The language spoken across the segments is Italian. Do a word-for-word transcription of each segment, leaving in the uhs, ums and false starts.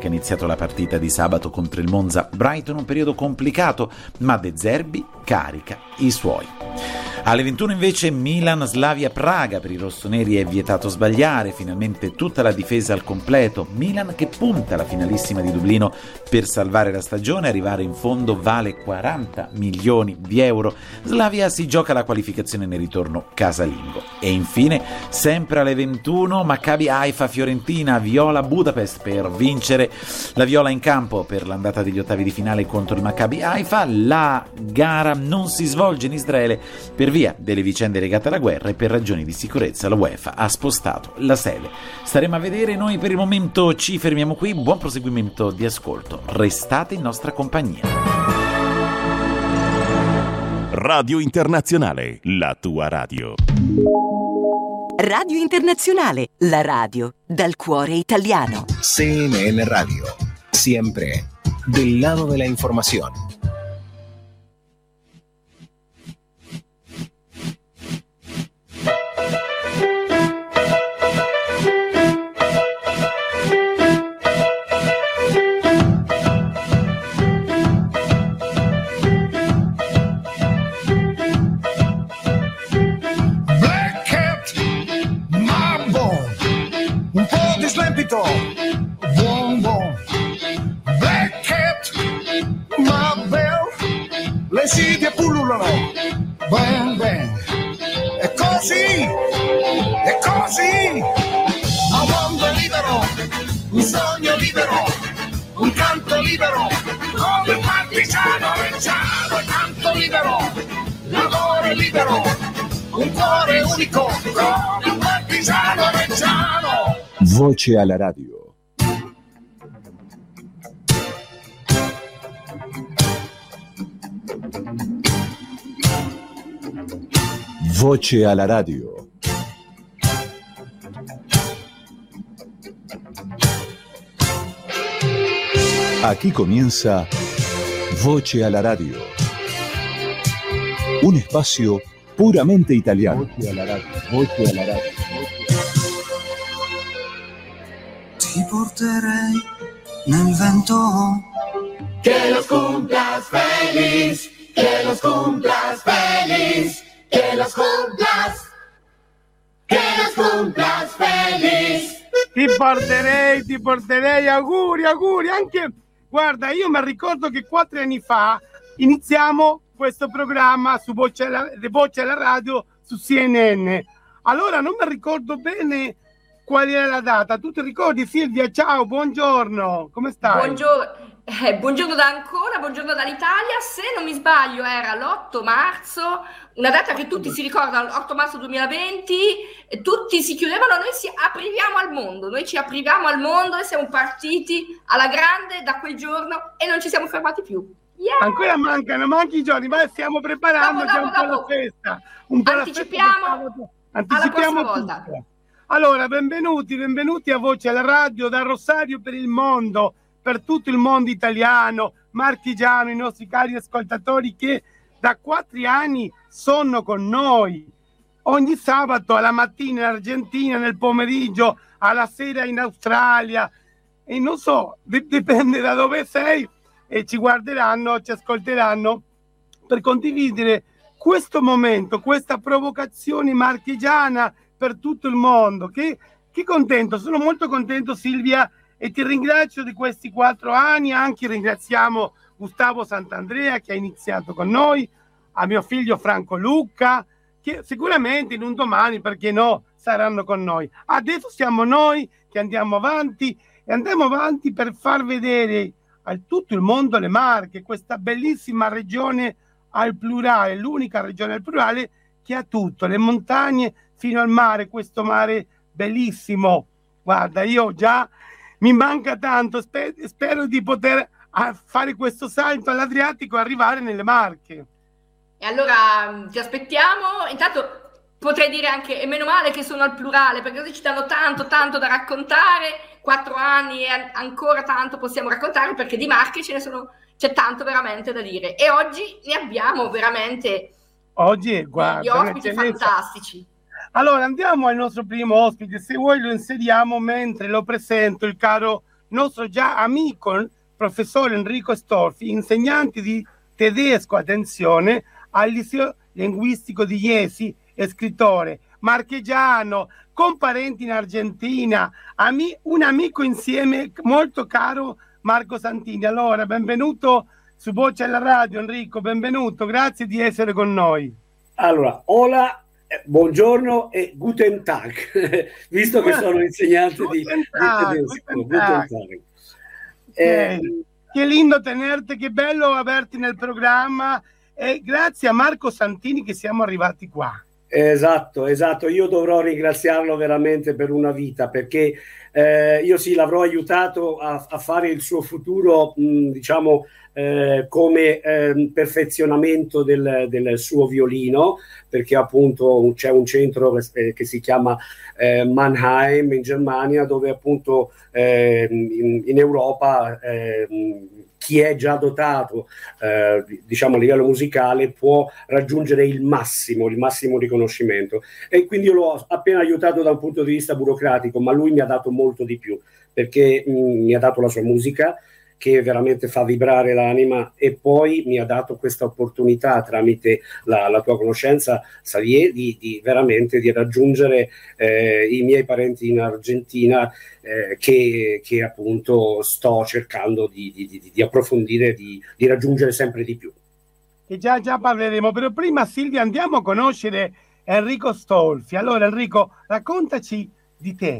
che ha iniziato la partita di sabato contro il Monza. Brighton un periodo complicato, ma De Zerbi carica i suoi. Alle ventuno invece Milan-Slavia Praga. Per i rossoneri è vietato sbagliare, finalmente tutta la difesa al completo. Milan che punta alla finalissima di Dublino per salvare la stagione, arrivare in fondo vale quaranta milioni di euro. Slavia si gioca la qualificazione nel ritorno casalingo. E infine, sempre alle ventuno, Maccabi Haifa Fiorentina, Viola Budapest per vincere. La Viola in campo per l'andata degli ottavi di finale contro il Maccabi Haifa. La gara non si svolge in Israele per via delle vicende legate alla guerra e per ragioni di sicurezza la UEFA ha spostato la sede. Staremo a vedere, noi per il momento ci fermiamo qui. Buon proseguimento di ascolto, restate in nostra compagnia. Radio Internazionale, la tua radio. Radio Internazionale, la radio dal cuore italiano. C N N Radio, siempre del lado de la información. Buon buon Black Cat, ma bell, le insidie pullulano, ben ben, e così, e così, a un mondo libero, un sogno libero, un canto libero, come un partigiano reggiano, e canto libero, l'amore libero, un cuore unico, come un partigiano reggiano. Voce alla radio. Voce alla radio. Aquí comienza Voce alla radio. Un espacio puramente italiano. Voce alla radio. Voce alla radio. Ti porterei nel vento. Que los cumplas feliz, que los cumplas feliz, que los cumplas, que los cumplas feliz. Ti porterei, ti porterei, auguri, auguri, anche, guarda, io mi ricordo che quattro anni fa iniziamo questo programma su Voce alla, Voce alla radio su C N N. Allora non mi ricordo bene qual era la data. Tu ti ricordi, Silvia? Ciao, buongiorno, come stai? Buongiorno, eh, buongiorno da Ancona, buongiorno dall'Italia. Se non mi sbaglio era l'otto marzo, una data che tutti si ricordano, l'otto marzo duemilaventi, e tutti si chiudevano, noi ci apriamo al mondo, noi ci apriamo al mondo e siamo partiti alla grande da quel giorno e non ci siamo fermati più. Yeah. Ancora mancano, manchi i giorni, ma stiamo preparando dopo, già dopo, un po' dopo. la festa. Un po' Anticipiamo, la festa alla anticipiamo prossima volta. tutto. Allora, benvenuti, benvenuti a Voce alla radio da Rosario per il mondo, per tutto il mondo italiano, marchigiano, i nostri cari ascoltatori che da quattro anni sono con noi. Ogni sabato alla mattina in Argentina, nel pomeriggio, alla sera in Australia. E non so, dipende da dove sei, e ci guarderanno, ci ascolteranno per condividere questo momento, questa provocazione marchigiana per tutto il mondo. Che, che contento, sono molto contento, Silvia, e ti ringrazio di questi quattro anni. Anche ringraziamo Gustavo Sant'Andrea che ha iniziato con noi, a mio figlio Franco Lucca, che sicuramente in un domani, perché no, saranno con noi. Adesso siamo noi che andiamo avanti e andiamo avanti per far vedere a tutto il mondo le Marche, questa bellissima regione al plurale, l'unica regione al plurale che ha tutto, le montagne fino al mare, questo mare bellissimo. Guarda, io già mi manca tanto, sper- spero di poter fare questo salto all'Adriatico e arrivare nelle Marche. E allora ti aspettiamo. Intanto potrei dire anche, e meno male che sono al plurale, perché così ci danno tanto, tanto da raccontare. Quattro anni e ancora tanto possiamo raccontare, perché di Marche ce ne sono, c'è tanto veramente da dire. E oggi ne abbiamo veramente oggi, guarda, gli ospiti fantastici. Allora andiamo al nostro primo ospite, se vuoi lo inseriamo mentre lo presento, il caro nostro già amico, professore Enrico Storfi, insegnante di tedesco, attenzione, al liceo linguistico di Jesi e scrittore, marchigiano, con parenti in Argentina, ami- un amico insieme molto caro, Marco Santini. Allora, benvenuto su Voce alla Radio, Enrico, benvenuto, grazie di essere con noi. Allora, hola, eh, buongiorno e guten Tag, visto che sono insegnante di, Guten di Tag, tedesco. guten Guten Tag. Tag. Eh, Eh, che lindo tenerti, che bello averti nel programma, e grazie a Marco Santini che siamo arrivati qua. Esatto, esatto, io dovrò ringraziarlo veramente per una vita, perché eh, io sì l'avrò aiutato a, a fare il suo futuro, mh, diciamo, eh, come eh, perfezionamento del, del suo violino, perché appunto c'è un centro che, che si chiama eh, Mannheim in Germania, dove appunto eh, in, in Europa eh, chi è già dotato eh, diciamo a livello musicale può raggiungere il massimo, il massimo riconoscimento, e quindi io l'ho appena aiutato da un punto di vista burocratico, ma lui mi ha dato molto di più, perché mh, mi ha dato la sua musica che veramente fa vibrare l'anima, e poi mi ha dato questa opportunità tramite la, la tua conoscenza, Xavier, di, di veramente di raggiungere eh, i miei parenti in Argentina, eh, che, che appunto sto cercando di, di, di, di approfondire, di, di raggiungere sempre di più. Che già, già parleremo, però prima Silvia andiamo a conoscere Enrico Stolfi. Allora Enrico, raccontaci di te.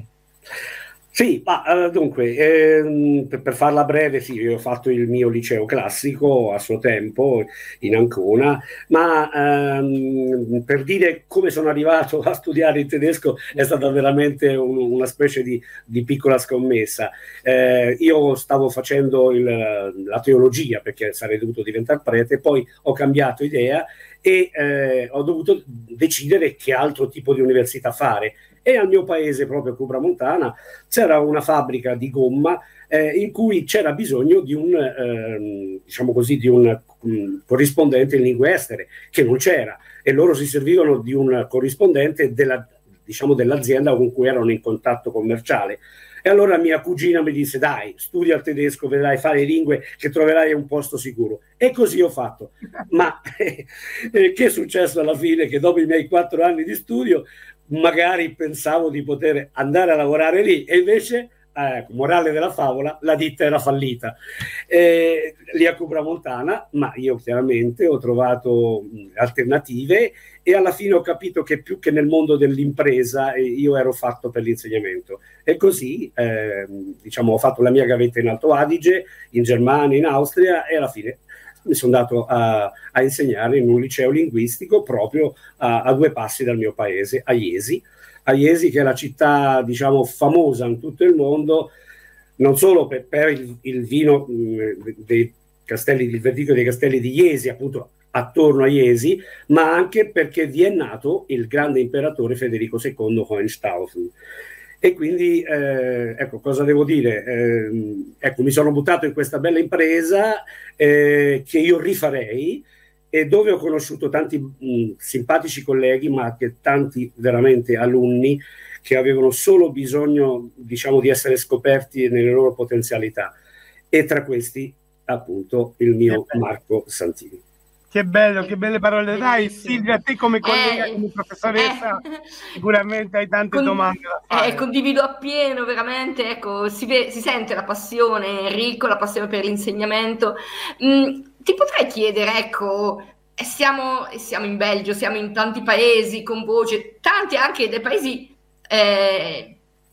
Sì, ma uh, dunque, ehm, per, per farla breve, sì, io ho fatto il mio liceo classico a suo tempo in Ancona, ma ehm, per dire come sono arrivato a studiare il tedesco è stata veramente un, una specie di, di piccola scommessa. Eh, io stavo facendo il, la teologia, perché sarei dovuto diventare prete, poi ho cambiato idea e eh, ho dovuto decidere che altro tipo di università fare. E al mio paese, proprio a Cubramontana, c'era una fabbrica di gomma eh, in cui c'era bisogno di un, eh, diciamo così, di un um, corrispondente in lingue estere, che non c'era, e loro si servivano di un corrispondente della, diciamo, dell'azienda con cui erano in contatto commerciale. E allora mia cugina mi disse: dai, studia il tedesco, vedrai fare lingue, che troverai un posto sicuro. E così ho fatto. Ma eh, che è successo alla fine? Che dopo i miei quattro anni di studio magari pensavo di poter andare a lavorare lì, e invece, eh, morale della favola, la ditta era fallita eh, lì a Cubramontana, ma io chiaramente ho trovato mh, alternative, e alla fine ho capito che più che nel mondo dell'impresa eh, io ero fatto per l'insegnamento, e così eh, diciamo ho fatto la mia gavetta in Alto Adige, in Germania, in Austria, e alla fine mi sono andato a, a insegnare in un liceo linguistico proprio a, a due passi dal mio paese, a Jesi, a Jesi, che è la città, diciamo, famosa in tutto il mondo, non solo per, per il, il vino mh, dei castelli, il verdicchio dei castelli di Jesi, appunto attorno a Jesi, ma anche perché vi è nato il grande imperatore Federico secondo Hohenstaufen. E quindi, eh, ecco, cosa devo dire? Eh, ecco, mi sono buttato in questa bella impresa eh, che io rifarei, e dove ho conosciuto tanti mh, simpatici colleghi, ma anche tanti veramente alunni che avevano solo bisogno, diciamo, di essere scoperti nelle loro potenzialità. E tra questi, appunto, il mio Marco Santini. Che bello, che belle parole. Dai Silvia, te come collega, Eh, come professoressa, eh. sicuramente hai tante Con- domande da fare. Eh, condivido appieno, veramente, ecco, si, ve- si sente la passione, Enrico, la passione per l'insegnamento. Mm, ti potrei chiedere, ecco, eh, siamo, siamo in Belgio, siamo in tanti paesi con voce, tanti anche dei paesi eh,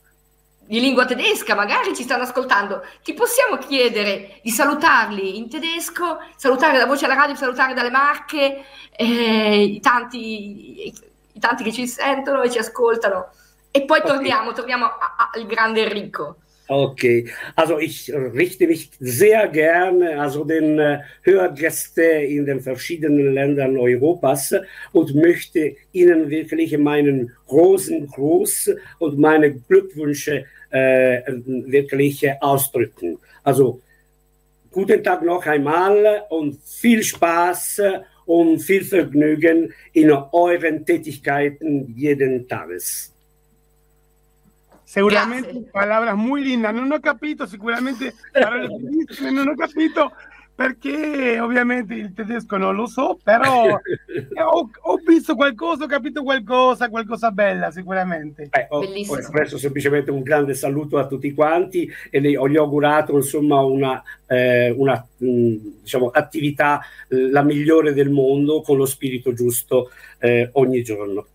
di lingua tedesca, magari ci stanno ascoltando. Ti possiamo chiedere di salutarli in tedesco, salutare da Voce alla Radio, salutare dalle Marche, eh, i tanti, i tanti che ci sentono e ci ascoltano. E poi Ok. torniamo, torniamo a- a- al grande Enrico. Okay, also ich richte mich sehr gern also den äh, Hörgäste in den verschiedenen Ländern Europas und möchte Ihnen wirklich meinen großen Gruß und meine Glückwünsche äh, wirklich ausdrücken. Also guten Tag noch einmal und viel Spaß und viel Vergnügen in euren Tätigkeiten jeden Tages. Seguramente Grazie. palabras muy lindas, non ho capito, sicuramente parole bellissime, non ho capito perché ovviamente il tedesco non lo so, però ho, ho visto qualcosa, ho capito qualcosa, qualcosa bella sicuramente. Eh, ho, ho espresso semplicemente un grande saluto a tutti quanti e le, ho, gli ho augurato insomma una, eh, una mh, diciamo, attività eh, la migliore del mondo con lo spirito giusto eh, ogni giorno.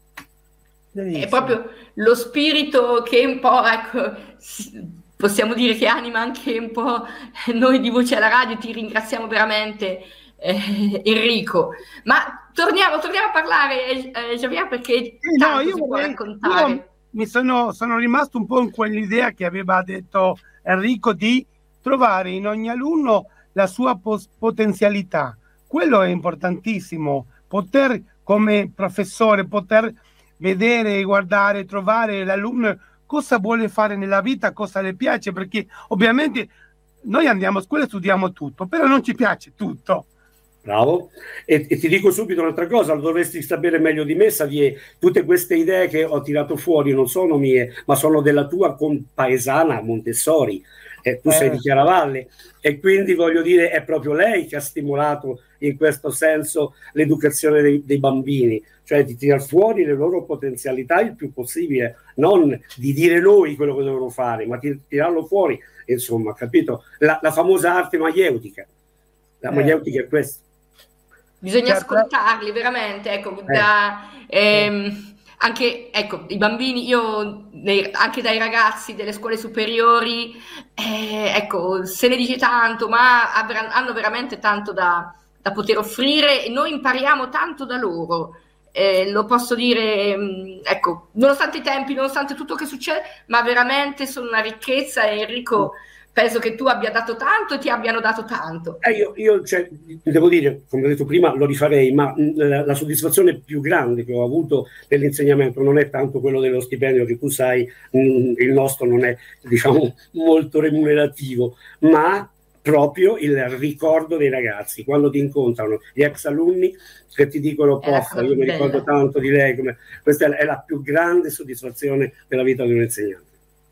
È proprio lo spirito che un po', ecco, possiamo dire che anima anche un po' noi di Voce alla Radio. Ti ringraziamo veramente, eh, Enrico. Ma torniamo, torniamo a parlare, eh, Javier, perché Sì, tanto no, io si può vorrei- raccontare. io mi sono, sono rimasto un po' in quell'idea che aveva detto Enrico di trovare in ogni alunno la sua pos- potenzialità. Quello è importantissimo, poter come professore, poter vedere, guardare, trovare l'alunno cosa vuole fare nella vita, cosa le piace, perché ovviamente noi andiamo a scuola e studiamo tutto, però non ci piace tutto. Bravo. E, e ti dico subito un'altra cosa, lo dovresti sapere meglio di me, Xavier. Tutte queste idee che ho tirato fuori non sono mie, ma sono della tua compaesana Montessori. Eh, tu Eh. sei di Chiaravalle e quindi voglio dire è proprio lei che ha stimolato in questo senso l'educazione dei, dei bambini, cioè di tirar fuori le loro potenzialità il più possibile, non di dire noi quello che devono fare, ma di tirarlo fuori, insomma, capito? La, la famosa arte maieutica. La Eh. maieutica è questa. Bisogna Certo. ascoltarli veramente, ecco, da, ehm, anche ecco, i bambini, io nei- anche dai ragazzi delle scuole superiori, eh, ecco, se ne dice tanto, ma avr- hanno veramente tanto da, da poter offrire e noi impariamo tanto da loro. Eh, lo posso dire, mh, ecco, nonostante i tempi, nonostante tutto che succede, ma veramente sono una ricchezza e Enrico, penso che tu abbia dato tanto e ti abbiano dato tanto. Eh, io, io cioè, devo dire, come ho detto prima, lo rifarei, ma mh, la, la soddisfazione più grande che ho avuto nell'insegnamento non è tanto quello dello stipendio, che tu sai, mh, il nostro non è, diciamo, molto remunerativo, ma proprio il ricordo dei ragazzi, quando ti incontrano gli ex alunni che ti dicono, È la poff, cosa io mi bella. ricordo tanto di lei, come... questa è la più grande soddisfazione della vita di un insegnante.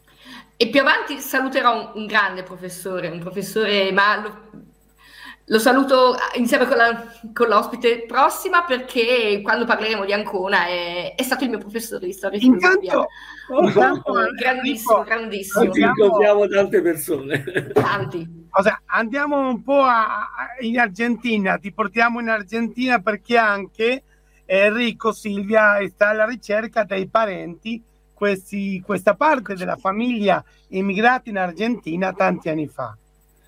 E più avanti saluterò un, un grande professore, un professore, ma lo, lo saluto insieme con, la, con l'ospite prossima perché quando parleremo di Ancona è, è stato il mio professore di storia e filosofia. Intanto, intanto Grandissimo, Enrico, grandissimo. Oggi incontriamo tante persone. Tanti. cosa, andiamo un po' a- a- in Argentina, ti portiamo in Argentina perché anche Enrico Silvia sta alla ricerca dei parenti, questi, questa parte della famiglia immigrata in Argentina tanti anni fa.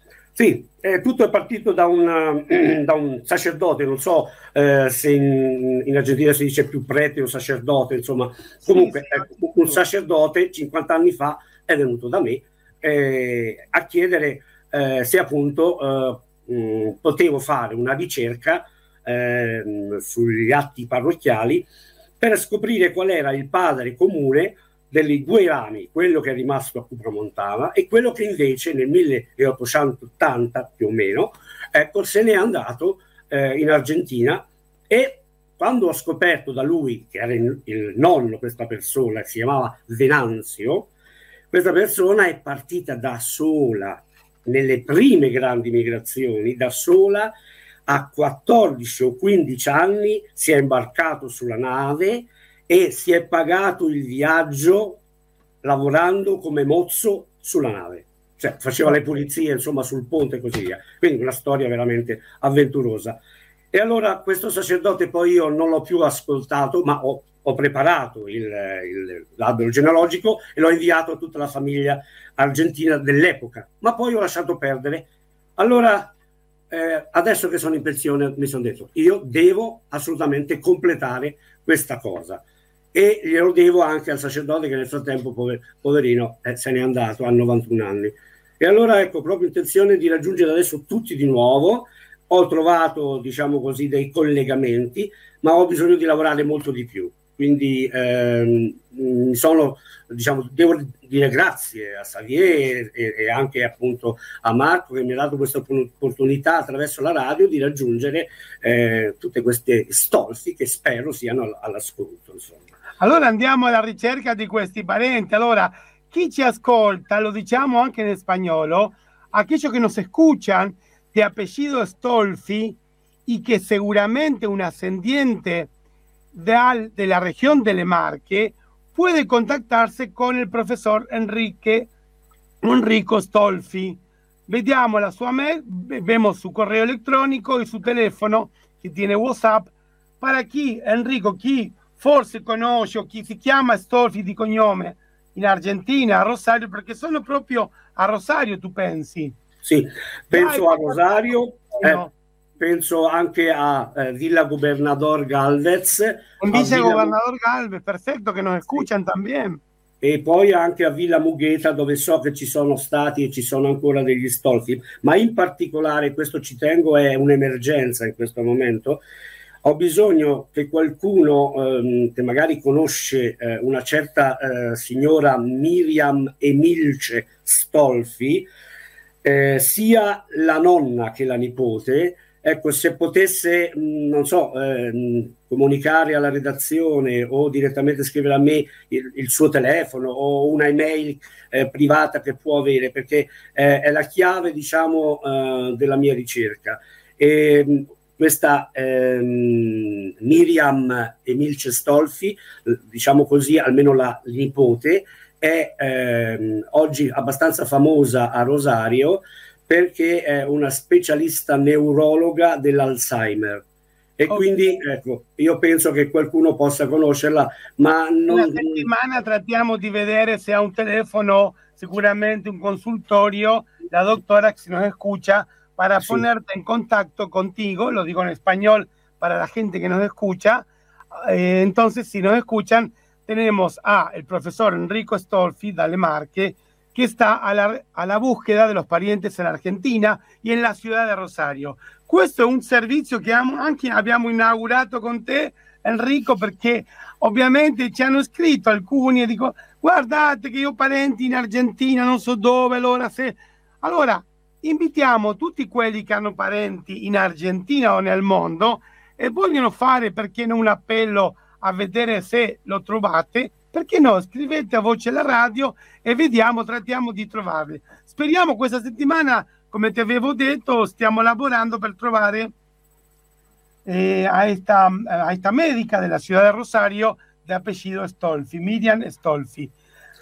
Sì, eh, tutto è partito da un, eh, da un sacerdote, non so eh, se in, in Argentina si dice più prete o sacerdote, insomma, comunque Sì, sì, ecco, un sacerdote cinquanta anni fa è venuto da me eh, a chiedere eh, se appunto eh, mh, potevo fare una ricerca eh, sugli atti parrocchiali per scoprire qual era il padre comune dei due rami, quello che è rimasto a Cupramontana e quello che invece nel milleottocentottanta più o meno, ecco, se n'è andato eh, in Argentina. E quando ho scoperto da lui che era il, il nonno, questa persona si chiamava Venanzio, questa persona è partita da sola nelle prime grandi migrazioni, da sola a quattordici o quindici anni si è imbarcato sulla nave e si è pagato il viaggio lavorando come mozzo sulla nave, cioè faceva le pulizie insomma sul ponte e così via, quindi una storia veramente avventurosa. E allora questo sacerdote poi io non l'ho più ascoltato, ma ho, ho preparato il, il, l'albero genealogico e l'ho inviato a tutta la famiglia argentina dell'epoca, ma poi ho lasciato perdere. Allora eh, adesso che sono in pensione mi sono detto io devo assolutamente completare questa cosa e glielo devo anche al sacerdote che nel frattempo pover, poverino eh, se n'è andato a novantuno anni. E allora ecco, proprio intenzione di raggiungere adesso tutti di nuovo. Ho trovato, diciamo così, dei collegamenti, ma ho bisogno di lavorare molto di più. Quindi ehm, sono, diciamo, devo dire grazie a Xavier e, e anche appunto a Marco che mi ha dato questa opportunità attraverso la radio di raggiungere eh, tutte queste stolfi che spero siano all'ascolto, insomma. Allora andiamo alla ricerca di questi parenti. Allora, chi ci ascolta, lo diciamo anche en español, aquellos que nos escuchan de apellido Stolfi y que seguramente un ascendiente de, al, de la región de Le Marche puede contactarse con el profesor Enrique Enrico Stolfi. Vediamo la sua mail, vemos su correo electrónico y su teléfono che tiene WhatsApp. Para chi, Enrico, chi forse conosce o chi si chiama Stolfi di cognome in Argentina, a Rosario, perché sono proprio a Rosario, tu pensi? Sì, penso Dai, a Rosario, no. eh, penso anche a eh, Villa Gobernador Galvez. En Villa Villa... Gobernador Galvez, perfecto, che nos escuchan sì. También. E poi anche a Villa Mugheta, dove so che ci sono stati e ci sono ancora degli Stolfi, ma in particolare, questo ci tengo, è un'emergenza in questo momento. Ho bisogno che qualcuno ehm, che magari conosce eh, una certa eh, signora Miriam Emilce Stolfi, eh, sia la nonna che la nipote, ecco, se potesse, mh, non so, eh, comunicare alla redazione o direttamente scrivere a me il, il suo telefono o una email eh, privata che può avere, perché eh, è la chiave, diciamo, eh, della mia ricerca. E mh, questa ehm, Miriam Emilce Stolfi, diciamo così, almeno la nipote, è ehm, oggi abbastanza famosa a Rosario perché è una specialista neurologa dell'Alzheimer. E okay. Quindi ecco, io penso che qualcuno possa conoscerla, ma non... Una settimana trattiamo di vedere se ha un telefono, sicuramente un consultorio, la doctora que si nos escucha, para sí. ponerte en contacto contigo, lo digo en español para la gente que nos escucha. Eh, entonces, si nos escuchan, tenemos a el profesor Enrico Stolfi, da Le Marche, que está a la, a la búsqueda de los parientes en Argentina y en la ciudad de Rosario. Questo è un servizio che anche abbiamo inaugurato con te, Enrico, perché ovviamente ci hanno scritto alcuni e dico guardate che io ho parenti in Argentina, non so dove, allora se... Allora, invitiamo tutti quelli che hanno parenti in Argentina o nel mondo e vogliono fare, perché non, un appello a vedere se lo trovate, perché no, scrivete a Voce alla Radio e vediamo, trattiamo di trovarli. Speriamo questa settimana, come ti avevo detto, stiamo lavorando per trovare eh, a, esta, a esta medica della ciudad de Rosario de apellido Stolfi, Miriam Stolfi.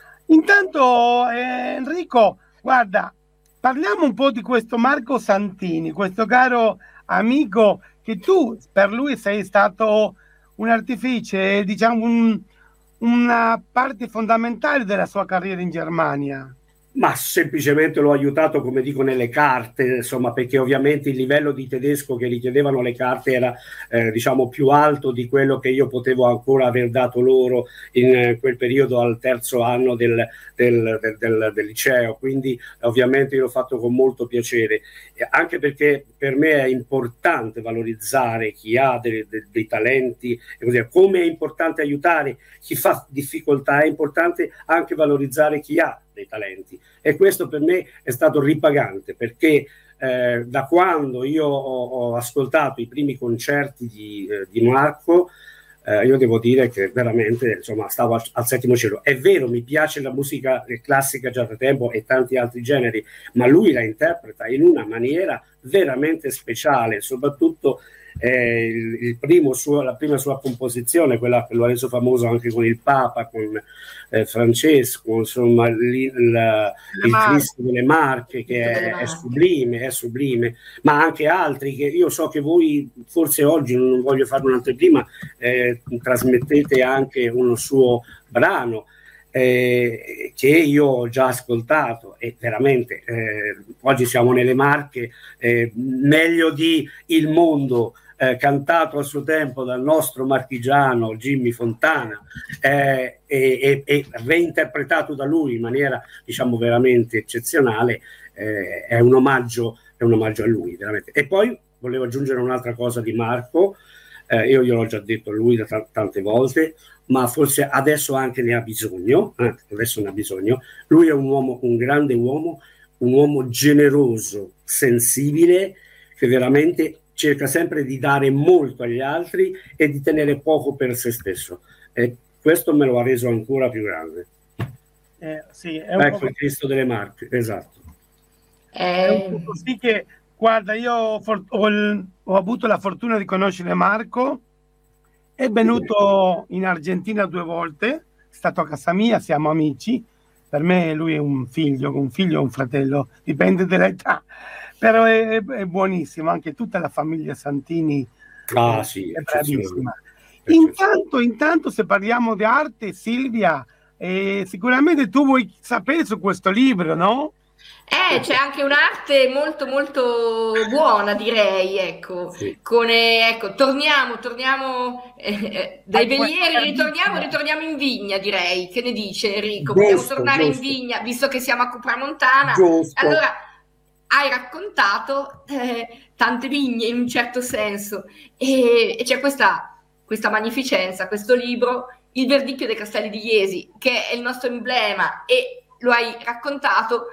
Intanto eh, Enrico, guarda, parliamo un po' di questo Marco Santini, questo caro amico che tu per lui sei stato un artefice, diciamo un, una parte fondamentale della sua carriera in Germania. Ma semplicemente l'ho aiutato, come dico, nelle carte, insomma, perché ovviamente il livello di tedesco che richiedevano le carte era eh, diciamo più alto di quello che io potevo ancora aver dato loro in eh, quel periodo al terzo anno del, del, del, del, del liceo, quindi ovviamente io l'ho fatto con molto piacere, eh, anche perché per me è importante valorizzare chi ha dei, dei, dei talenti, e così, come è importante aiutare chi fa difficoltà, è importante anche valorizzare chi ha dei talenti, e questo per me è stato ripagante, perché eh, da quando io ho, ho ascoltato i primi concerti di, eh, di Marco, eh, io devo dire che veramente, insomma, stavo al, al settimo cielo. È vero, mi piace la musica classica già da tempo e tanti altri generi, ma lui la interpreta in una maniera veramente speciale, soprattutto eh, il, il primo suo, la prima sua composizione, quella che lo ha reso famoso anche con il Papa, con eh, Francesco, insomma, il, il, il Cristo delle Marche, che è, è sublime, è sublime, ma anche altri che io so che voi forse oggi, non voglio fare un'anteprima, eh, trasmettete anche uno suo brano Eh, che io ho già ascoltato, e veramente eh, oggi siamo nelle Marche, eh, meglio di Il Mondo, eh, cantato a suo tempo dal nostro marchigiano Jimmy Fontana, eh, e, e, e reinterpretato da lui in maniera, diciamo, veramente eccezionale, eh, è un omaggio, è un omaggio a lui veramente. E poi volevo aggiungere un'altra cosa di Marco, eh, io gliel'ho già detto a lui da t- tante volte, ma forse adesso anche ne ha bisogno, eh, adesso ne ha bisogno. Lui è un uomo, un grande uomo, un uomo generoso, sensibile, che veramente cerca sempre di dare molto agli altri e di tenere poco per se stesso. E questo me lo ha reso ancora più grande. Eh, sì, è un ecco po' il Cristo delle Marche, esatto. È un po' così che, guarda, io ho, for- ho il- ho avuto la fortuna di conoscere Marco, è venuto in Argentina due volte, è stato a casa mia, siamo amici, per me lui è un figlio, un figlio o un fratello, dipende dall'età, però è, è buonissimo, anche tutta la famiglia Santini Ah è, sì, è bravissima. eccezionale. Intanto, intanto, se parliamo di arte, Silvia, eh, sicuramente tu vuoi sapere su questo libro, no? Eh, c'è anche un'arte molto molto buona, direi, ecco. Sì. Con, eh, ecco, torniamo, torniamo eh, eh, dai Ah, questo velieri, è ritorniamo, bellissimo. ritorniamo in vigna, direi. Che ne dice Enrico? Vogliamo Giusto, tornare in giusto. vigna, visto che siamo a Cupramontana. Giusto. Allora, hai raccontato eh, tante vigne in un certo senso e, e c'è questa, questa magnificenza, questo libro, Il verdicchio dei Castelli di Jesi, che è il nostro emblema e lo hai raccontato,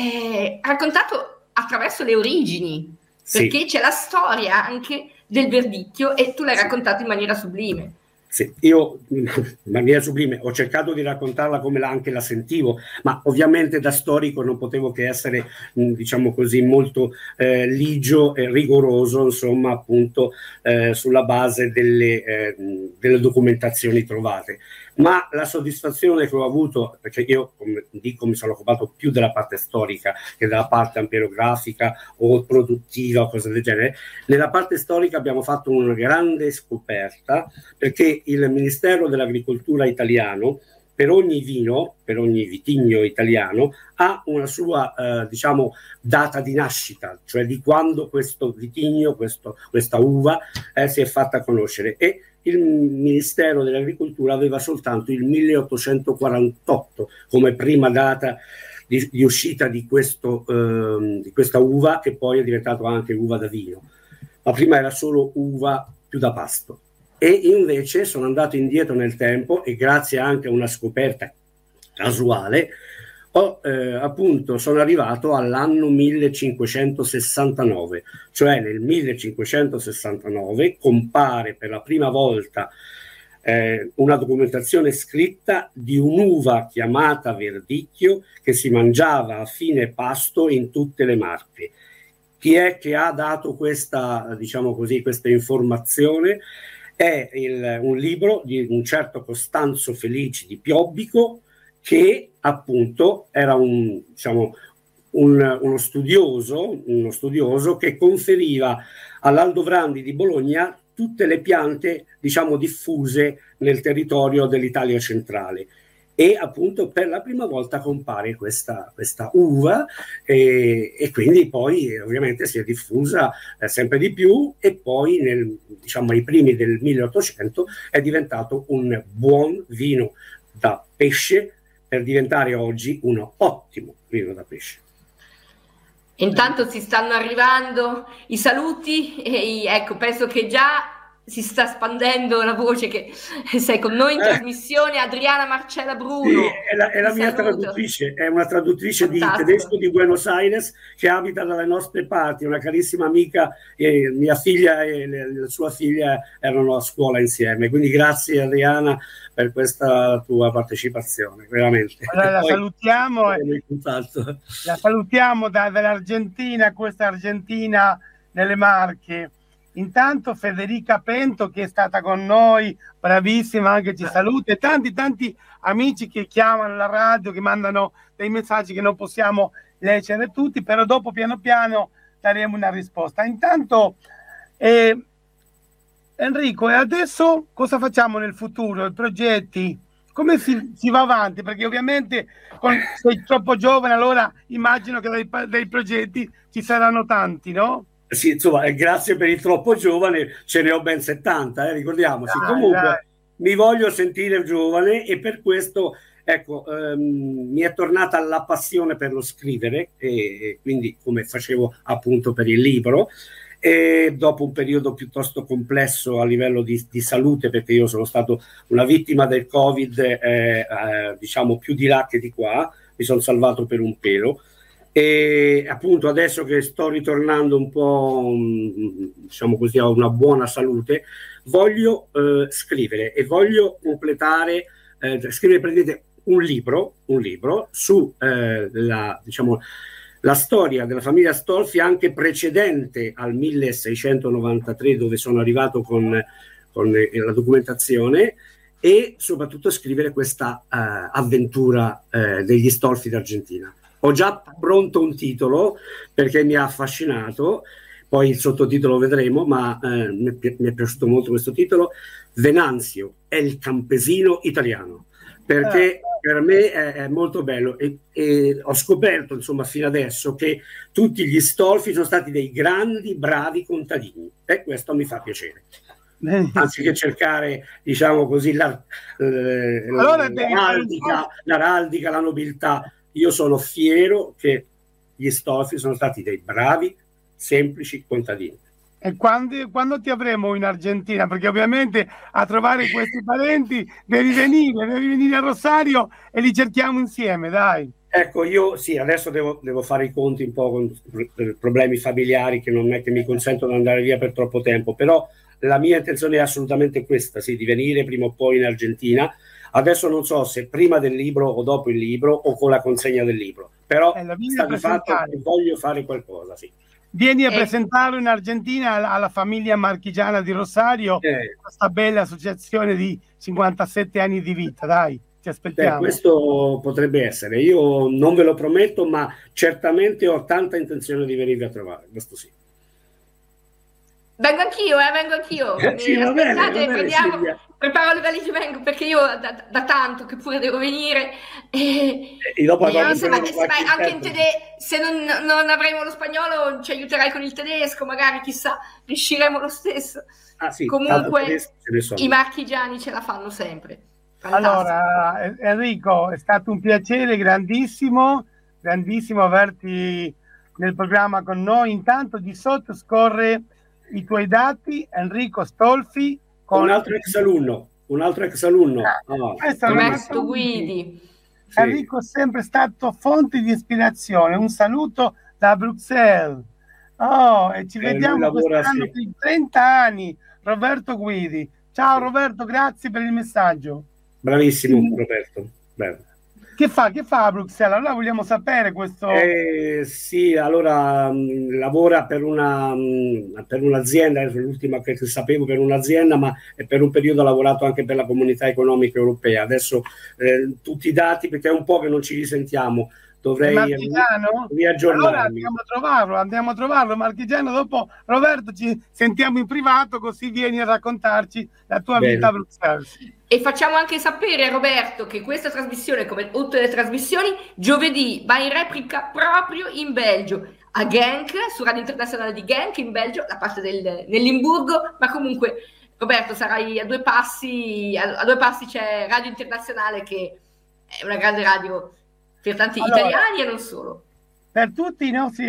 eh, raccontato attraverso le origini, Sì. perché c'è la storia anche del verdicchio e tu l'hai Sì. raccontato in maniera sublime. Sì, io in maniera sublime ho cercato di raccontarla come la, anche la sentivo, ma ovviamente da storico non potevo che essere, mh, diciamo così, molto eh, ligio e rigoroso, insomma, appunto eh, sulla base delle, eh, delle documentazioni trovate. Ma la soddisfazione che ho avuto, perché io, come dico, mi sono occupato più della parte storica che della parte amperografica o produttiva o cose del genere, nella parte storica abbiamo fatto una grande scoperta, perché il Ministero dell'Agricoltura italiano per ogni vino, per ogni vitigno italiano, ha una sua eh, diciamo data di nascita, cioè di quando questo vitigno, questo, questa uva eh, si è fatta conoscere, e il Ministero dell'Agricoltura aveva soltanto il milleottocentoquarantotto come prima data di, di uscita di, questo, eh, di questa uva, che poi è diventato anche uva da vino, ma prima era solo uva più da pasto. E invece sono andato indietro nel tempo e grazie anche a una scoperta casuale ho, eh, appunto sono arrivato all'anno millecinquecentosessantanove, cioè nel millecinquecentosessantanove compare per la prima volta eh, una documentazione scritta di un'uva chiamata verdicchio che si mangiava a fine pasto in tutte le Marche. Chi è che ha dato questa, diciamo così, questa informazione? È il, un libro di un certo Costanzo Felici di Piobbico, che appunto era un, diciamo, un, uno studioso, uno studioso che conferiva all'Aldovrandi di Bologna tutte le piante, diciamo, diffuse nel territorio dell'Italia centrale. E appunto per la prima volta compare questa, questa uva e, e quindi poi ovviamente si è diffusa eh, sempre di più, e poi nel, diciamo, ai primi del milleottocento è diventato un buon vino da pesce per diventare oggi un ottimo vino da pesce. Intanto si stanno arrivando i saluti e i, ecco, penso che già si sta spandendo la voce che sei con noi in Eh. trasmissione. Adriana Marcella Bruno, Sì, è la, è la ti mia saluto. traduttrice, è una traduttrice Fantastico. di tedesco di Buenos Aires che abita dalle nostre parti, una carissima amica, e mia figlia e le, la sua figlia erano a scuola insieme, quindi grazie Adriana per questa tua partecipazione, veramente. Allora la Poi, salutiamo, eh, contatto. la salutiamo da, dall'Argentina, questa Argentina nelle Marche. Intanto Federica Pento, che è stata con noi, bravissima, anche ci saluta, e tanti tanti amici che chiamano la radio, che mandano dei messaggi che non possiamo leggere tutti, però dopo piano piano daremo una risposta. Intanto eh, Enrico, e adesso cosa facciamo nel futuro? I progetti? Come si, si va avanti? Perché ovviamente con, sei troppo giovane, allora immagino che dei, dei progetti ci saranno tanti, no? Sì, insomma, grazie per il troppo giovane, ce ne ho ben settanta, eh, ricordiamoci. Dai, Comunque dai. mi voglio sentire giovane e per questo, ecco, ehm, mi è tornata la passione per lo scrivere, e, e quindi come facevo appunto per il libro, e dopo un periodo piuttosto complesso a livello di, di salute, perché io sono stato una vittima del Covid, eh, eh, diciamo più di là che di qua, mi sono salvato per un pelo. E appunto adesso che sto ritornando un po', diciamo così, a una buona salute, voglio eh, scrivere e voglio completare, eh, scrivere praticamente un libro, un libro su eh, la, diciamo, la storia della famiglia Astolfi anche precedente al milleseicentonovantatré, dove sono arrivato con, con la documentazione, e soprattutto scrivere questa uh, avventura uh, degli Astolfi d'Argentina. Ho già pronto un titolo perché mi ha affascinato, poi il sottotitolo vedremo, ma uh, mi, è, mi è piaciuto molto questo titolo, Venanzio è il campesino italiano, perché eh. per me è, è molto bello e, e ho scoperto, insomma, fino adesso che tutti gli Astolfi sono stati dei grandi, bravi contadini, e questo mi fa piacere. Anziché cercare, diciamo così, la, eh, allora l'araldica, l'araldica, la nobiltà, io sono fiero che gli Astolfi sono stati dei bravi, semplici contadini. E quando, quando ti avremo in Argentina? Perché ovviamente a trovare questi parenti devi venire, devi venire a Rosario e li cerchiamo insieme, dai. Ecco, io sì, adesso devo, devo fare i conti un po' con problemi familiari che non è che mi consentono di andare via per troppo tempo, però la mia intenzione è assolutamente questa, sì, di venire prima o poi in Argentina. Adesso non so se prima del libro o dopo il libro o con la consegna del libro, però eh, sta di fatto che voglio fare qualcosa, sì. Vieni a eh. presentarlo in Argentina alla, alla famiglia marchigiana di Rosario, eh. questa bella associazione di cinquantasette anni di vita, dai, ti aspettiamo. Eh, questo potrebbe essere, io non ve lo prometto, ma certamente ho tanta intenzione di venirvi a trovare, questo sì. Vengo anch'io, eh, vengo anch'io. Eh, sì, va bene, va bene, prendiamo, Silvia. preparo le valigie, vengo, perché io da, da tanto che pure devo venire. E, e dopo e dopo se, vai, se vai anche tempo. in tedesco, se non, non avremo lo spagnolo, ci aiuterai con il tedesco, magari, chissà, riusciremo lo stesso. Ah, sì, comunque i marchigiani ce la fanno sempre. Fantastico. Allora, Enrico, è stato un piacere grandissimo, grandissimo averti nel programma con noi. Intanto di sotto scorre i tuoi dati, Enrico Astolfi, con un altro ex alunno, un altro ex alunno. Oh. Roberto Guidi. Sì. Enrico è sempre stato fonte di ispirazione. Un saluto da Bruxelles. Oh, e ci eh, vediamo quest'anno sì. per trenta anni. Roberto Guidi. Ciao sì. Roberto, grazie per il messaggio. Bravissimo sì. Roberto. Bello. Che fa? Che fa a Bruxelles? Allora vogliamo sapere questo. Eh, sì, allora mh, lavora per una mh, per un'azienda, è l'ultima che sapevo, per un'azienda, ma per un periodo ha lavorato anche per la Comunità Economica Europea. Adesso eh, tutti i dati, perché è un po' che non ci risentiamo, dovrei riaggiornarmi. Allora andiamo a trovarlo, andiamo a trovarlo Marchigiano, dopo Roberto ci sentiamo in privato, così vieni a raccontarci la tua Bene. vita a Bruxelles. E facciamo anche sapere a Roberto che questa trasmissione, come tutte le trasmissioni, giovedì va in replica proprio in Belgio, a Genk, su Radio Internazionale di Genk, in Belgio, da parte del, del Limburgo, ma comunque Roberto sarai a due passi, a, a due passi c'è Radio Internazionale, che è una grande radio per tanti allora, italiani e non solo. Per tutti i nostri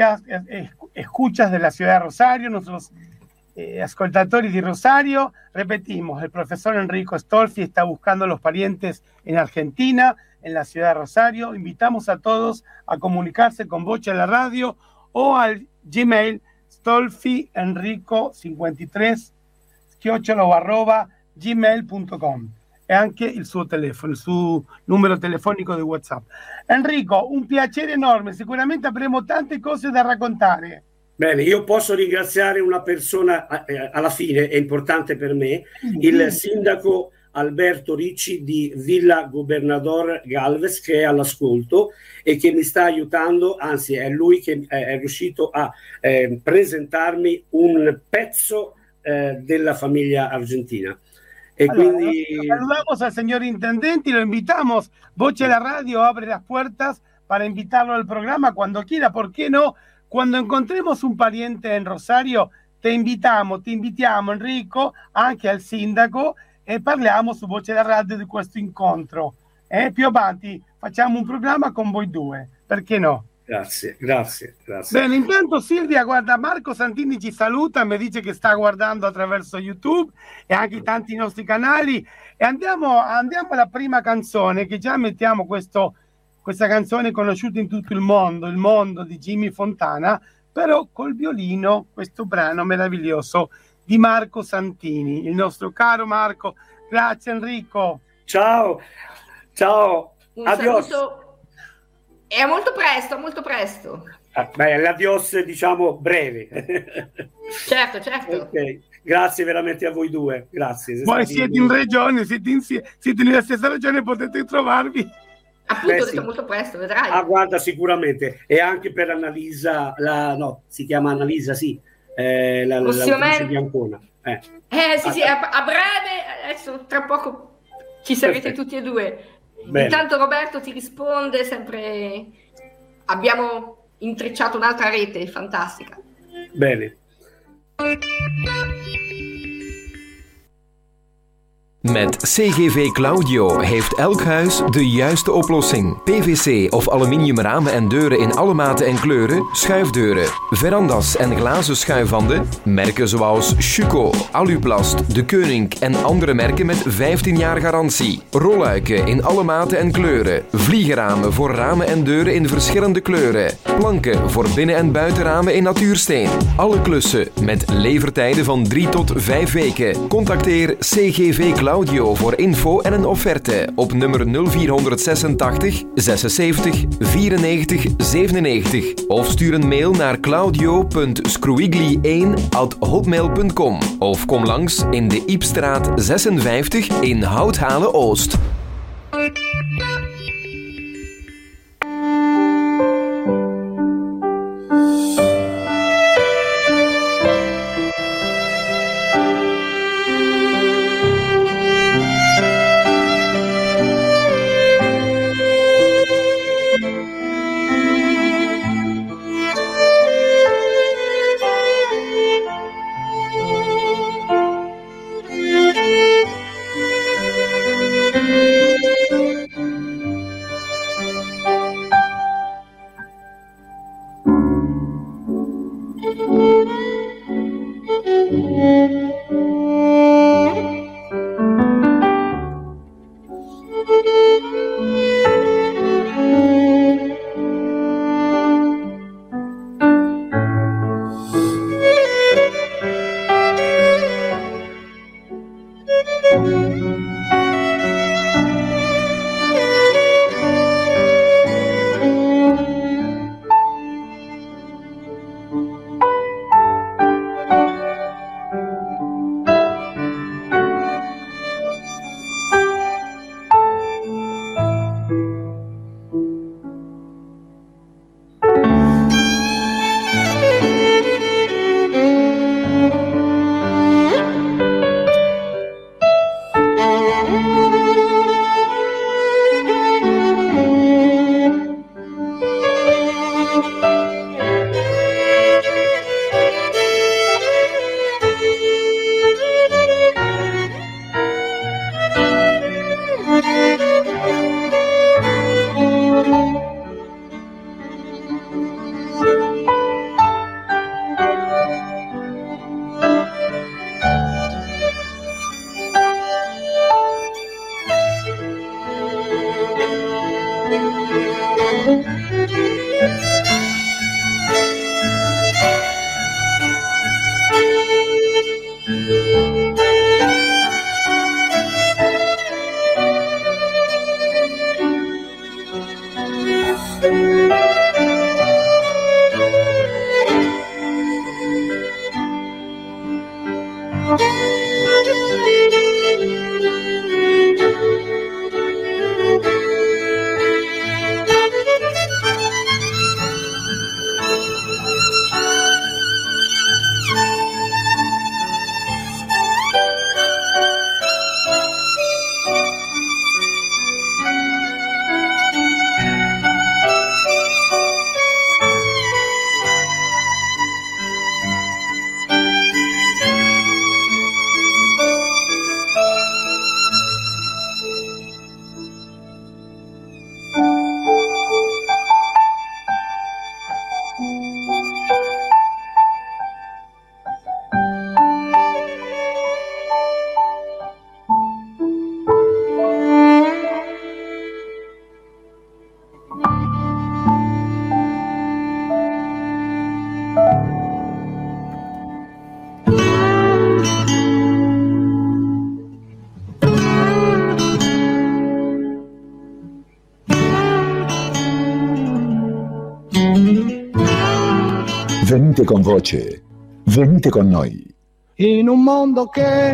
escuchas della ciudad de Rosario, nuestros eh, ascoltatori di Rosario, repetimos, el profesor Enrico Astolfi está buscando a los parientes en Argentina, en la ciudad de Rosario. Invitamos a todos a comunicarse con Voce alla Radio o al Gmail stolfienrico cinquantatré chiocciolo arroba gmail punto com. E anche il suo telefono, il suo numero telefonico di WhatsApp. Enrico, un piacere enorme, sicuramente avremo tante cose da raccontare. Bene, io posso ringraziare una persona, eh, alla fine è importante per me, mm-hmm. il sindaco Alberto Ricci di Villa Gobernador Galvez, che è all'ascolto e che mi sta aiutando, anzi è lui che eh, è riuscito a eh, presentarmi un pezzo eh, della famiglia argentina. E allora, quindi saludamos al señor intendente y lo invitamos. Voce la Radio abre las puertas para invitarlo al programa cuando quiera. ¿Por qué no? Cuando encontremos un pariente en Rosario, te invitamos, ti invitiamo Enrico, anche al sindaco, e parliamo su Voce la Radio di questo incontro. Eh, più avanti facciamo un programma con voi due, perché no? Grazie, grazie, grazie. Bene, intanto Silvia, guarda, Marco Santini ci saluta, mi dice che sta guardando attraverso YouTube e anche tanti nostri canali, e andiamo, andiamo alla prima canzone, che già mettiamo questo, questa canzone conosciuta in tutto il mondo, il mondo di Jimmy Fontana, però col violino, questo brano meraviglioso di Marco Santini, il nostro caro Marco. Grazie Enrico. Ciao, ciao. Un Adios. saluto e a molto presto, a molto presto. Ah, beh, l'adios diciamo breve. Certo, certo. Ok, grazie veramente a voi due, grazie. Voi siete in regione, siete, in, siete nella stessa regione, potete trovarvi. Appunto, Beh, ho detto sì. molto presto, vedrai. Ah, guarda, sicuramente. E anche per Annalisa, la, no, si chiama Annalisa, sì, eh, la, l'autrice di Ancona. Eh, eh sì, ah, sì, a, a breve, adesso tra poco ci sarete perfetto. tutti e due. Bene. Intanto Roberto ti risponde sempre, abbiamo intrecciato un'altra rete fantastica. Bene. Met C G V Claudio heeft elk huis de juiste oplossing. P V C of aluminium ramen en deuren in alle maten en kleuren, schuifdeuren, verandas en glazen schuifwanden, merken zoals Schuko, Aluplast, De Koning en andere merken met vijftien jaar garantie. Rolluiken in alle maten en kleuren, vliegenramen voor ramen en deuren in verschillende kleuren, planken voor binnen- en buitenramen in natuursteen. Alle klussen met levertijden van drie tot vijf weken. Contacteer C G V Claudio voor info en een offerte op nummer nul vier zesentachtig zesenzeventig vierennegentig zevenennegentig of stuur een mail naar claudio punt scruigli één at hotmail punt com of kom langs in de Iepstraat zesenvijftig in Houthalen-Oost. Venite con voce, venite con noi. In un mondo che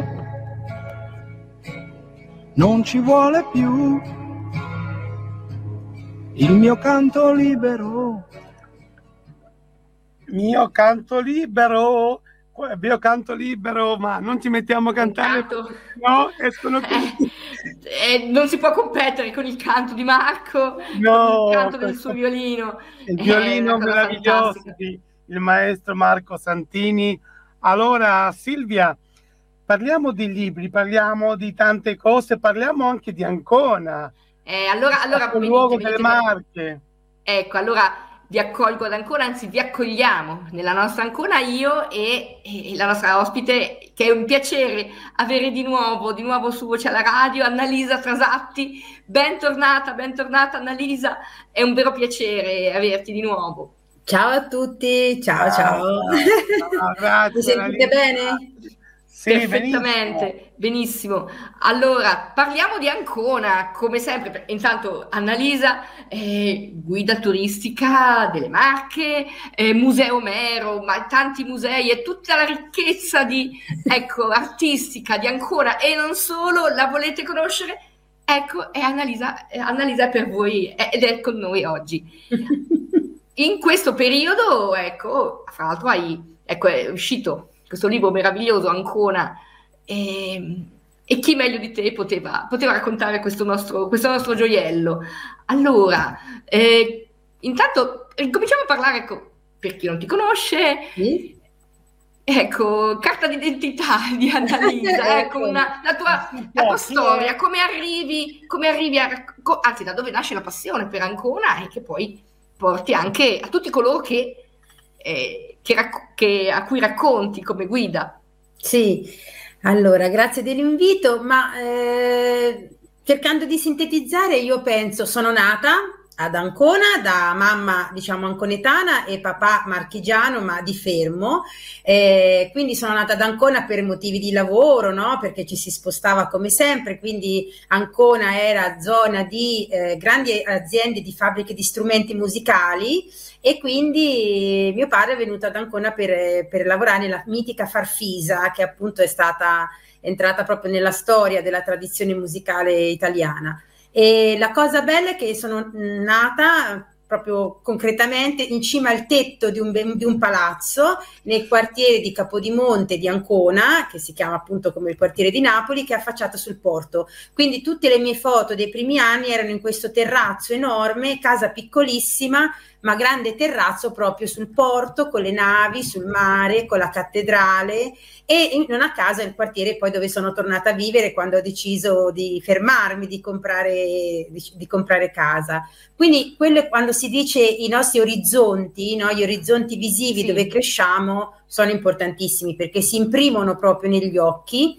non ci vuole più il mio canto libero. Mio canto libero, mio canto libero, ma non ci mettiamo a cantare, Canto. no, escono tutti. Eh, eh, non si può competere con il canto di Marco, No, con il canto del questo- suo violino. Il È violino una cosa meraviglioso fantastica. di il maestro Marco Santini. Allora, Silvia, parliamo di libri, parliamo di tante cose, parliamo anche di Ancona, Eh, allora, allora il venite, luogo venite, delle Marche. ecco, allora vi accolgo ad Ancona, anzi vi accogliamo nella nostra Ancona io e, e la nostra ospite, che è un piacere avere di nuovo, di nuovo su Voce alla Radio, Annalisa Trasatti. Bentornata, bentornata Annalisa, è un vero piacere averti di nuovo. Ciao a tutti, ciao ciao. Ah, grazie, Mi sentite Annalisa. bene? Sì, Perfettamente, benissimo. Allora, parliamo di Ancona, come sempre. per- Intanto Annalisa, eh, guida turistica delle Marche, eh, Museo Omero, ma tanti musei e tutta la ricchezza di, ecco, artistica di Ancona e non solo, la volete conoscere? Ecco, è Annalisa, eh, Annalisa è per voi eh, ed è con noi oggi. In questo periodo, ecco, fra l'altro hai, ecco, è uscito questo libro meraviglioso, Ancona, e, e chi meglio di te poteva, poteva raccontare questo nostro, questo nostro gioiello. Allora, eh, intanto ricominciamo a parlare, ecco, per chi non ti conosce, Sì? ecco, carta d'identità di Annalisa, ecco, una, la tua, la tua storia, come arrivi, come arrivi a, racc- co- anzi, da dove nasce la passione per Ancona e che poi porti anche a tutti coloro che, eh, che racc- che- a cui racconti come guida. Sì, allora grazie dell'invito, ma eh, cercando di sintetizzare, io penso, sono nata ad Ancona da mamma, diciamo, anconetana e papà marchigiano, ma di Fermo. Eh, quindi sono nata ad Ancona per motivi di lavoro, no? Perché ci si spostava come sempre, quindi Ancona era zona di eh, grandi aziende di fabbriche di strumenti musicali e quindi mio padre è venuto ad Ancona per, per lavorare nella mitica Farfisa, che appunto è stata entrata proprio nella storia della tradizione musicale italiana. E la cosa bella è che sono nata proprio concretamente in cima al tetto di un, di un palazzo nel quartiere di Capodimonte di Ancona, che si chiama appunto come il quartiere di Napoli, che è affacciato sul porto. Quindi tutte le mie foto dei primi anni erano in questo terrazzo enorme, casa piccolissima, ma grande terrazzo proprio sul porto, con le navi, sul mare, con la cattedrale, e non a caso è il quartiere poi dove sono tornata a vivere quando ho deciso di fermarmi, di comprare, di, di comprare casa. Quindi quello è quando si dice i nostri orizzonti, no? Gli orizzonti visivi Sì. dove cresciamo sono importantissimi perché si imprimono proprio negli occhi.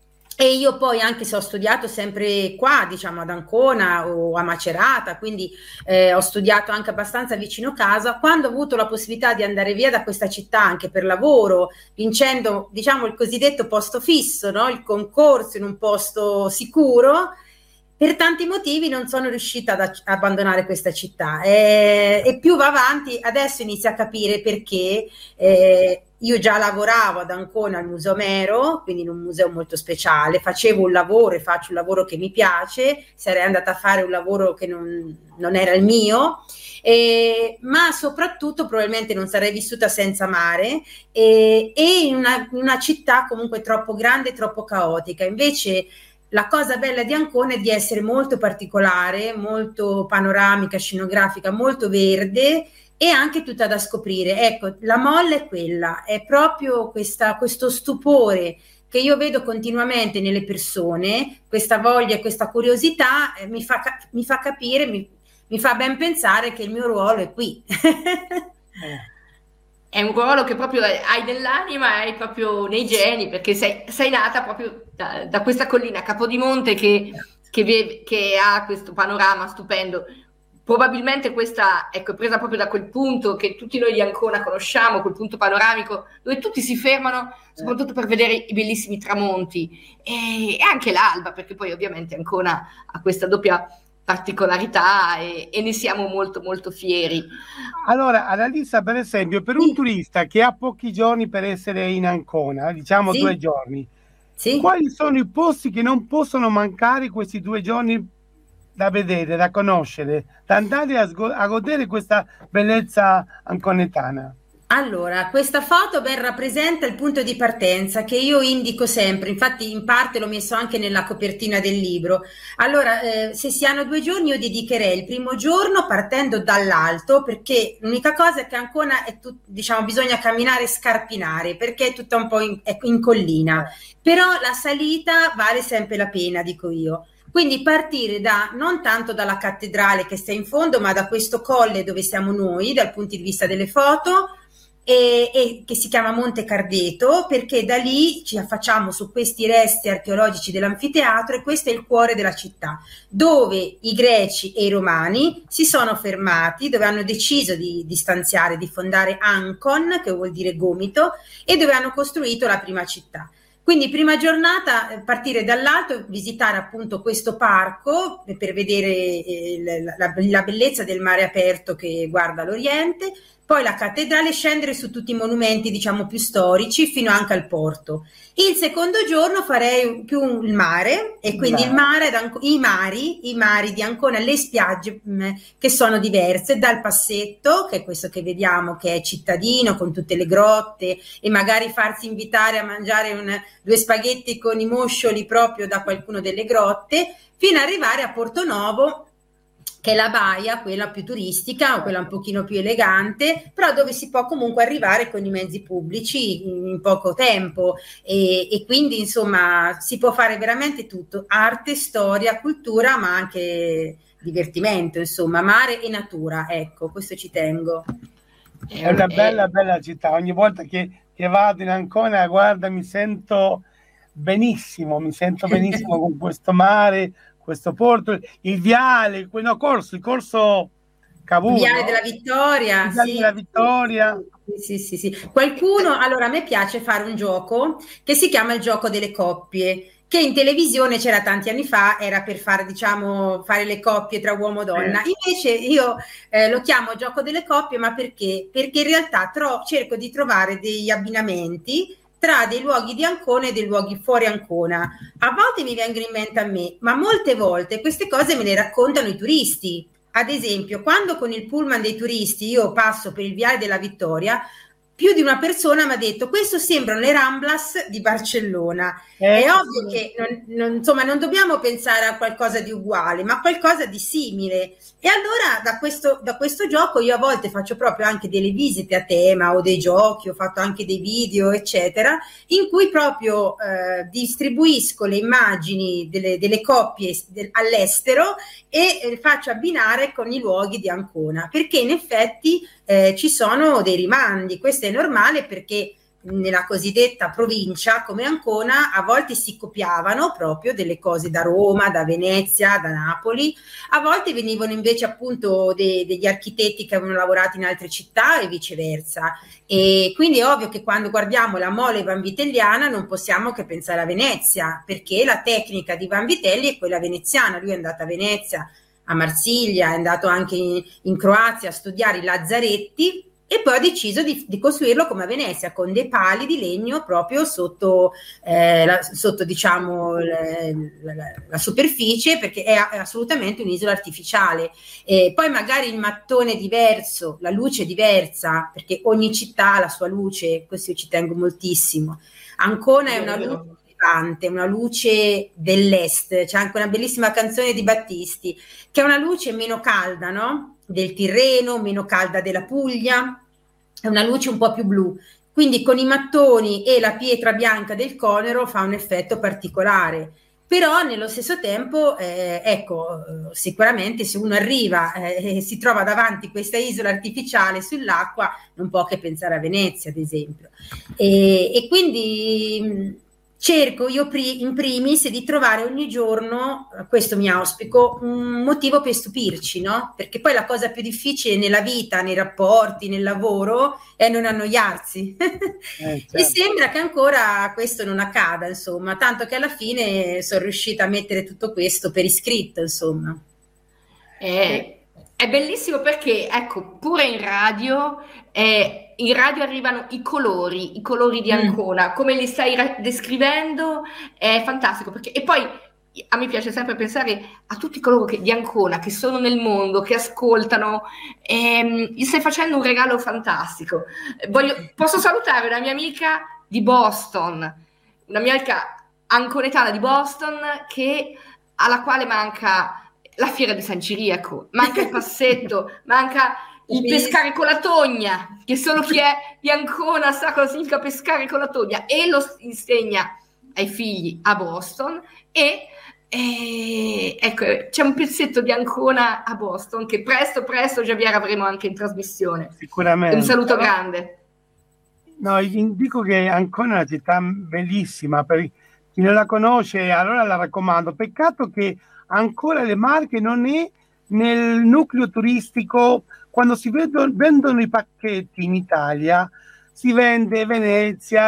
E io poi, anche se ho studiato sempre qua, diciamo ad Ancona o a Macerata, quindi eh, ho studiato anche abbastanza vicino casa, quando ho avuto la possibilità di andare via da questa città anche per lavoro, vincendo, diciamo, il cosiddetto posto fisso, no? Il concorso in un posto sicuro, per tanti motivi non sono riuscita ad ac- abbandonare questa città. E, e più va avanti, adesso inizio a capire perché. eh, Io già lavoravo ad Ancona al Museo Omero, quindi in un museo molto speciale, facevo un lavoro e faccio un lavoro che mi piace, sarei andata a fare un lavoro che non, non era il mio, eh, ma soprattutto probabilmente non sarei vissuta senza mare eh, e in una, in una città comunque troppo grande e troppo caotica. Invece la cosa bella di Ancona è di essere molto particolare, molto panoramica, scenografica, molto verde, e anche tutta da scoprire. Ecco, la molla è quella, è proprio questa, questo stupore che io vedo continuamente nelle persone, questa voglia e questa curiosità eh, mi, fa, mi fa capire, mi, mi fa ben pensare che il mio ruolo è qui. È un ruolo che proprio hai nell'anima, hai proprio nei geni, perché sei, sei nata proprio da, da questa collina Capodimonte che, che, ve- che ha questo panorama stupendo. Probabilmente questa, ecco, è presa proprio da quel punto che tutti noi di Ancona conosciamo, quel punto panoramico dove tutti si fermano soprattutto per vedere i bellissimi tramonti e, e anche l'alba, perché poi ovviamente Ancona ha questa doppia particolarità e, e ne siamo molto molto fieri. Allora, Annalisa, per esempio, per un sì. turista che ha pochi giorni per essere in Ancona, diciamo sì. due giorni, sì. quali sono i posti che non possono mancare questi due giorni da vedere, da conoscere, da andare a, a godere questa bellezza anconetana? Allora, questa foto ben rappresenta il punto di partenza che io indico sempre, infatti in parte l'ho messo anche nella copertina del libro. Allora, eh, se si hanno due giorni io dedicherei il primo giorno partendo dall'alto, perché l'unica cosa è che Ancona è tut, diciamo, bisogna camminare e scarpinare, perché è tutta un po' in, è in collina, però la salita vale sempre la pena, dico io. Quindi partire da non tanto dalla cattedrale che sta in fondo, ma da questo colle dove siamo noi, dal punto di vista delle foto, E, e che si chiama Monte Cardeto, perché da lì ci affacciamo su questi resti archeologici dell'anfiteatro e questo è il cuore della città, dove i greci e i romani si sono fermati, dove hanno deciso di, di stanziare, di fondare Ancon, che vuol dire gomito, e dove hanno costruito la prima città. Quindi prima giornata, partire dall'alto, visitare appunto questo parco per vedere eh, la, la bellezza del mare aperto che guarda l'Oriente, poi la cattedrale, scendere su tutti i monumenti diciamo più storici fino anche al porto. Il secondo giorno farei più il mare e quindi il mare, i mari, i mari di Ancona, le spiagge mh, che sono diverse, dal Passetto, che è questo che vediamo che è cittadino con tutte le grotte e magari farsi invitare a mangiare un, due spaghetti con i moscioli proprio da qualcuno delle grotte, fino ad arrivare a Portonovo, che è la baia, quella più turistica, quella un pochino più elegante, però dove si può comunque arrivare con i mezzi pubblici in, in poco tempo e, e quindi insomma si può fare veramente tutto, arte, storia, cultura, ma anche divertimento, insomma, mare e natura, ecco, questo ci tengo. È una bella, bella città, ogni volta che, che vado in Ancona, guarda, mi sento benissimo, mi sento benissimo con questo mare, questo porto, il viale, no, corso, il corso Cavour, il viale no? della Vittoria, il viale sì. della Vittoria. Sì, sì, sì, sì. Qualcuno, allora a me piace fare un gioco che si chiama il gioco delle coppie, che in televisione c'era tanti anni fa, era per fare, diciamo, fare le coppie tra uomo e donna. Invece io eh, lo chiamo gioco delle coppie, ma perché? Perché in realtà tro- cerco di trovare degli abbinamenti tra dei luoghi di Ancona e dei luoghi fuori Ancona. A volte mi vengono in mente a me, ma molte volte queste cose me le raccontano i turisti. Ad esempio, quando con il pullman dei turisti io passo per il viale della Vittoria, più di una persona mi ha detto questo sembrano le Ramblas di Barcellona. Eh, è ovvio sì. che non, non, insomma, non dobbiamo pensare a qualcosa di uguale, ma a qualcosa di simile. E allora da questo, da questo gioco io a volte faccio proprio anche delle visite a tema o dei giochi, ho fatto anche dei video, eccetera, in cui proprio eh, distribuisco le immagini delle, delle coppie del, all'estero e eh, faccio abbinare con i luoghi di Ancona, perché in effetti eh, ci sono dei rimandi. Questo è normale perché nella cosiddetta provincia come Ancona a volte si copiavano proprio delle cose da Roma, da Venezia, da Napoli, a volte venivano invece appunto de- degli architetti che avevano lavorato in altre città e viceversa, e quindi è ovvio che quando guardiamo la mole vanvitelliana non possiamo che pensare a Venezia, perché la tecnica di Vanvitelli è quella veneziana. Lui è andato a Venezia, a Marsiglia, è andato anche in, in Croazia a studiare i lazzaretti e poi ha deciso di, di costruirlo come a Venezia, con dei pali di legno proprio sotto, eh, la, sotto diciamo, la, la, la superficie, perché è, è assolutamente un'isola artificiale. E poi magari il mattone è diverso, la luce è diversa, perché ogni città ha la sua luce, questo io ci tengo moltissimo. Ancona è una luce vivante, una luce dell'est, c'è anche una bellissima canzone di Battisti, che è una luce meno calda, no? Del Tirreno, meno calda della Puglia, è una luce un po' più blu, quindi con i mattoni e la pietra bianca del Conero fa un effetto particolare. Però nello stesso tempo, eh, ecco, sicuramente se uno arriva e eh, si trova davanti questa isola artificiale sull'acqua, non può che pensare a Venezia, ad esempio. E, e quindi cerco io pri- in primis di trovare ogni giorno, questo mi auspico, un motivo per stupirci, no? Perché poi la cosa più difficile nella vita, nei rapporti, nel lavoro è non annoiarsi. Eh, certo. E sembra che ancora questo non accada, insomma, tanto che alla fine sono riuscita a mettere tutto questo per iscritto, insomma. Eh, è bellissimo perché, ecco, pure in radio, eh, in radio arrivano i colori, i colori di Ancona, mm. come li stai ra- descrivendo, è fantastico. Perché, e poi a me piace sempre pensare a tutti coloro che, di Ancona che sono nel mondo, che ascoltano, ehm, gli stai facendo un regalo fantastico. Voglio, posso salutare una mia amica di Boston, una mia amica anconetana di Boston, che, alla quale manca la fiera di San Ciriaco, manca il passetto, manca il pescare con la togna, che solo chi è di Ancona sa cosa significa pescare con la togna, e lo insegna ai figli a Boston. E, e ecco, c'è un pezzetto di Ancona a Boston che presto presto Javier avremo anche in trasmissione. Sicuramente. Un saluto grande. No, vi dico che Ancona è una città bellissima, per chi non la conosce allora la raccomando. Peccato che ancora le Marche non è nel nucleo turistico. Quando si vedono, vendono i pacchetti in Italia, si vende Venezia,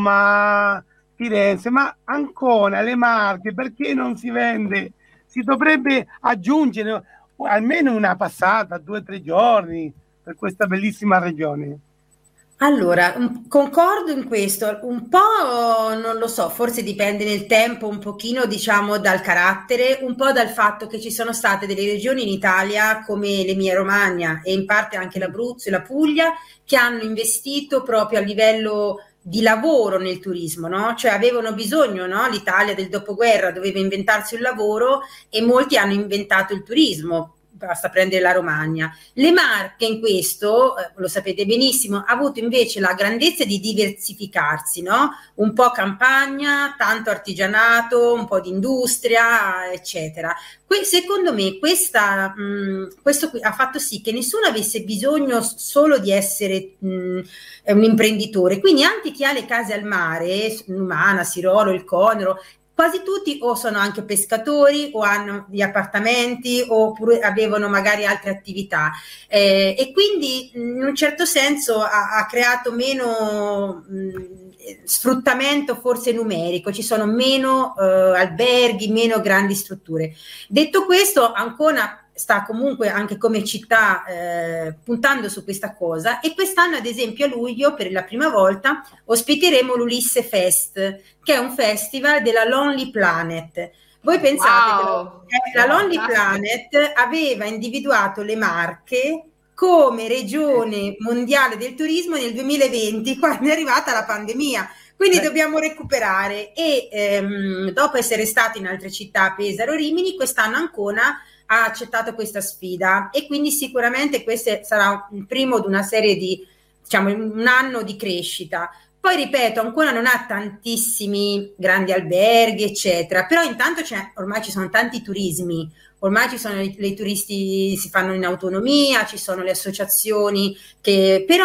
Roma, Firenze, ma Ancona, le Marche, perché non si vende? Si dovrebbe aggiungere almeno una passata, due o tre giorni per questa bellissima regione. Allora, un- concordo in questo, un po' non lo so, forse dipende nel tempo, un pochino diciamo dal carattere, un po' dal fatto che ci sono state delle regioni in Italia come l'Emilia-Romagna e in parte anche l'Abruzzo e la Puglia che hanno investito proprio a livello di lavoro nel turismo, no? Cioè avevano bisogno, no? L'Italia del dopoguerra doveva inventarsi un lavoro e molti hanno inventato il turismo. Basta prendere la Romagna. Le Marche in questo, eh, lo sapete benissimo, ha avuto invece la grandezza di diversificarsi, no? Un po' campagna, tanto artigianato, un po' di industria, eccetera. Que- secondo me questa, mh, questo qui ha fatto sì che nessuno avesse bisogno solo di essere mh, un imprenditore, quindi anche chi ha le case al mare, Numana, Sirolo, il Conero, quasi tutti o sono anche pescatori o hanno gli appartamenti oppure avevano magari altre attività, eh, e quindi in un certo senso ha, ha creato meno mh, sfruttamento forse numerico, ci sono meno eh, alberghi, meno grandi strutture. Detto questo, Ancona sta comunque anche come città eh, puntando su questa cosa, e quest'anno ad esempio a luglio per la prima volta ospiteremo l'Ulisse Fest, che è un festival della Lonely Planet. Voi pensate Wow. che la, la Lonely Planet aveva individuato le Marche come regione mondiale del turismo nel duemilaventi, quando è arrivata la pandemia. Quindi dobbiamo recuperare e ehm, dopo essere stati in altre città, Pesaro, Rimini, quest'anno Ancona ha accettato questa sfida, e quindi sicuramente questo sarà il primo di una serie di, diciamo, un anno di crescita. Poi ripeto, Ancona non ha tantissimi grandi alberghi, eccetera, però intanto c'è, ormai ci sono tanti turismi, ormai ci sono i, i turisti, si fanno in autonomia, ci sono le associazioni che, però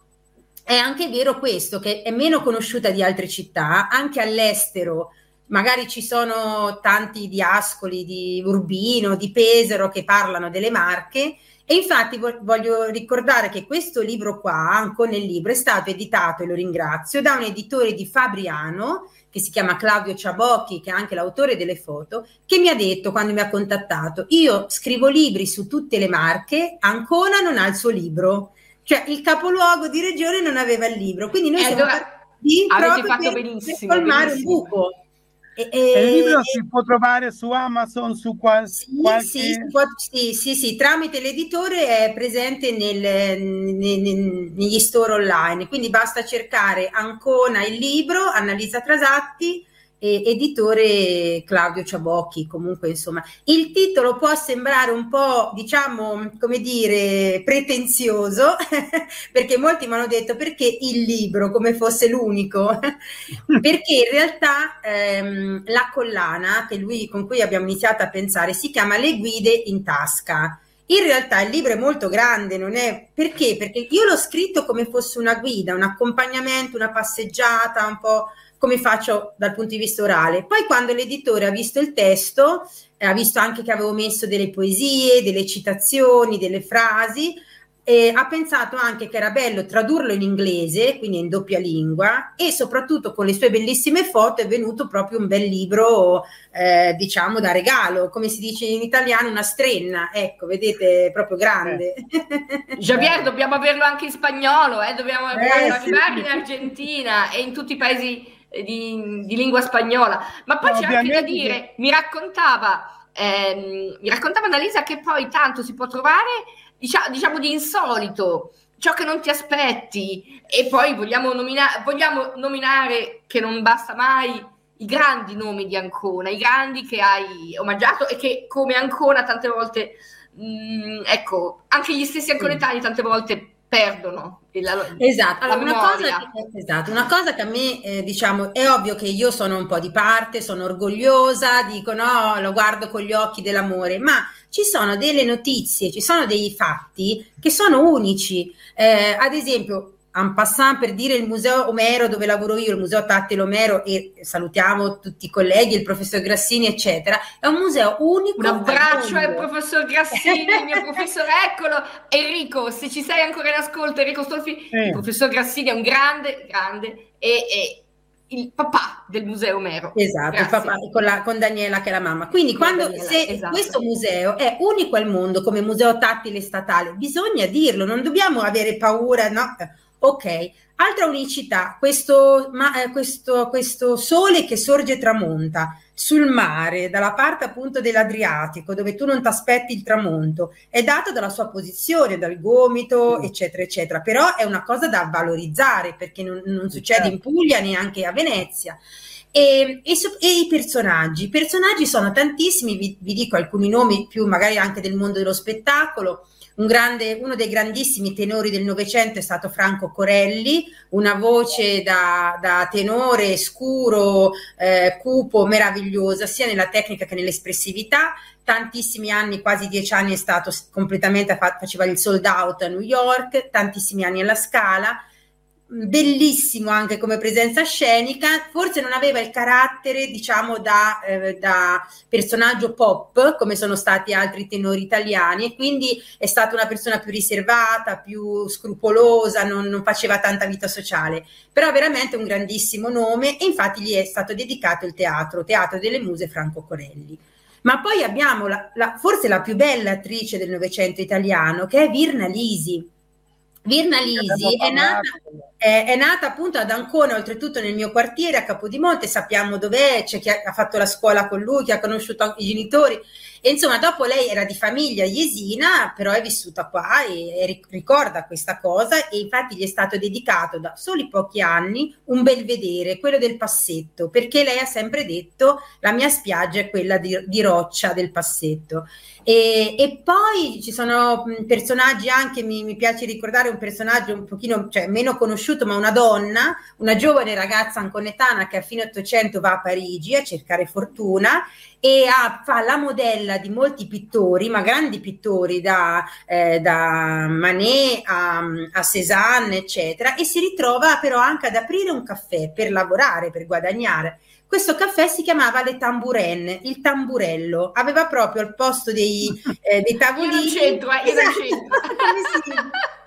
è anche vero questo, che è meno conosciuta di altre città, anche all'estero. Magari ci sono tanti di Ascoli, di Urbino, di Pesaro che parlano delle Marche, e infatti voglio ricordare che questo libro qua, Anco nel libro, è stato editato, e lo ringrazio, da un editore di Fabriano che si chiama Claudio Ciabocchi, che è anche l'autore delle foto, che mi ha detto quando mi ha contattato: io scrivo libri su tutte le Marche, Ancona non ha il suo libro, cioè il capoluogo di regione non aveva il libro, quindi noi E siamo allora partiti avete proprio fatto per, benissimo, per colmare benissimo. un buco. E, E il libro e- si può trovare su Amazon, su qual- sì, qualche... sì, si può- sì, sì, sì, tramite l'editore è presente nel- ne- ne- negli store online, quindi basta cercare Ancona il libro, Annalisa Trasatti, e editore Claudio Ciabocchi. Comunque insomma il titolo può sembrare un po', diciamo, come dire, pretenzioso perché molti mi hanno detto perché il libro, come fosse l'unico perché in realtà ehm, la collana che lui, con cui abbiamo iniziato a pensare, si chiama Le guide in tasca. In realtà il libro è molto grande, non è perché? Perché io l'ho scritto come fosse una guida, un accompagnamento, una passeggiata, un po' come faccio dal punto di vista orale. Poi quando l'editore ha visto il testo, eh, ha visto anche che avevo messo delle poesie, delle citazioni, delle frasi, E ha pensato anche che era bello tradurlo in inglese, quindi in doppia lingua, e soprattutto con le sue bellissime foto è venuto proprio un bel libro, eh, diciamo, da regalo, come si dice in italiano, una strenna, ecco, vedete, proprio grande. Eh. Javier, dobbiamo averlo anche in spagnolo, eh? Dobbiamo Eh, arrivare sì. in Argentina e in tutti i paesi di, di lingua spagnola. Ma poi No, c'è anche da ovviamente dire, mi raccontava, ehm, mi raccontava Annalisa che poi tanto si può trovare, diciamo, diciamo di insolito, ciò che non ti aspetti, e poi vogliamo, nomina- vogliamo nominare, che non basta mai, i grandi nomi di Ancona, i grandi che hai omaggiato e che come Ancona tante volte, mh, ecco, anche gli stessi anconetani tante volte perdono la, esatto. la Allora, una, memoria. cosa che, esatto, una cosa che a me, eh, diciamo, è ovvio che io sono un po' di parte, sono orgogliosa, dico no, lo guardo con gli occhi dell'amore, ma ci sono delle notizie, ci sono dei fatti che sono unici. Eh, ad esempio, en passant, per dire, il Museo Omero dove lavoro io, il Museo Tattile Omero, e salutiamo tutti i colleghi, il professor Grassini, eccetera, è un museo unico. Un abbraccio al professor Grassini, il mio professore, eccolo, Enrico, se ci sei ancora in ascolto, Enrico Stolfi, Sì. il professor Grassini è un grande, grande, e, e il papà del Museo Omero. Esatto, il papà, con, la, con Daniela che è la mamma. Quindi Con quando Daniela, se esatto. questo museo è unico al mondo come museo tattile statale, bisogna dirlo, non dobbiamo avere paura, no? Ok, altra unicità, questo, ma, eh, questo, questo sole che sorge e tramonta sul mare, dalla parte appunto dell'Adriatico, dove tu non ti aspetti il tramonto, è dato dalla sua posizione, dal gomito, eccetera, eccetera, però è una cosa da valorizzare, perché non, non succede in Puglia, neanche a Venezia. E, e, e i personaggi, i personaggi sono tantissimi, vi, vi dico alcuni nomi più magari anche del mondo dello spettacolo. Un grande, uno dei grandissimi tenori del Novecento è stato Franco Corelli, una voce da, da tenore scuro, eh, cupo, meravigliosa, sia nella tecnica che nell'espressività. Tantissimi anni, quasi dieci anni, è stato completamente, faceva il sold out a New York, tantissimi anni alla Scala. Bellissimo anche come presenza scenica, forse non aveva il carattere, diciamo, da, eh, da personaggio pop come sono stati altri tenori italiani, e quindi è stata una persona più riservata, più scrupolosa, non, non faceva tanta vita sociale, però veramente un grandissimo nome, e infatti gli è stato dedicato il teatro, Teatro delle Muse Franco Corelli. Ma poi abbiamo la, la, forse la più bella attrice del Novecento italiano, che è Virna Lisi. Virna Lisi è nata, è, è nata appunto ad Ancona, oltretutto nel mio quartiere a Capodimonte, sappiamo dov'è, c'è chi ha, ha fatto la scuola con lui, chi ha conosciuto i genitori, e insomma dopo lei era di famiglia jesina, però è vissuta qua e, e ricorda questa cosa, e infatti gli è stato dedicato da soli pochi anni un belvedere, quello del Passetto, perché lei ha sempre detto la mia spiaggia è quella di, di roccia del Passetto. E, e poi ci sono personaggi anche, mi, mi piace ricordare un personaggio un pochino, cioè, meno conosciuto, ma una donna, una giovane ragazza anconetana che a fine Ottocento va a Parigi a cercare fortuna e ha, fa la modella di molti pittori, ma grandi pittori, da, eh, da Manet a, a Cézanne, eccetera, e si ritrova però anche ad aprire un caffè per lavorare, per guadagnare. Questo caffè si chiamava Le Tamburaine, il tamburello, aveva proprio al posto dei, eh, dei tavolini. Io non c'entro, eh, io non c'entro.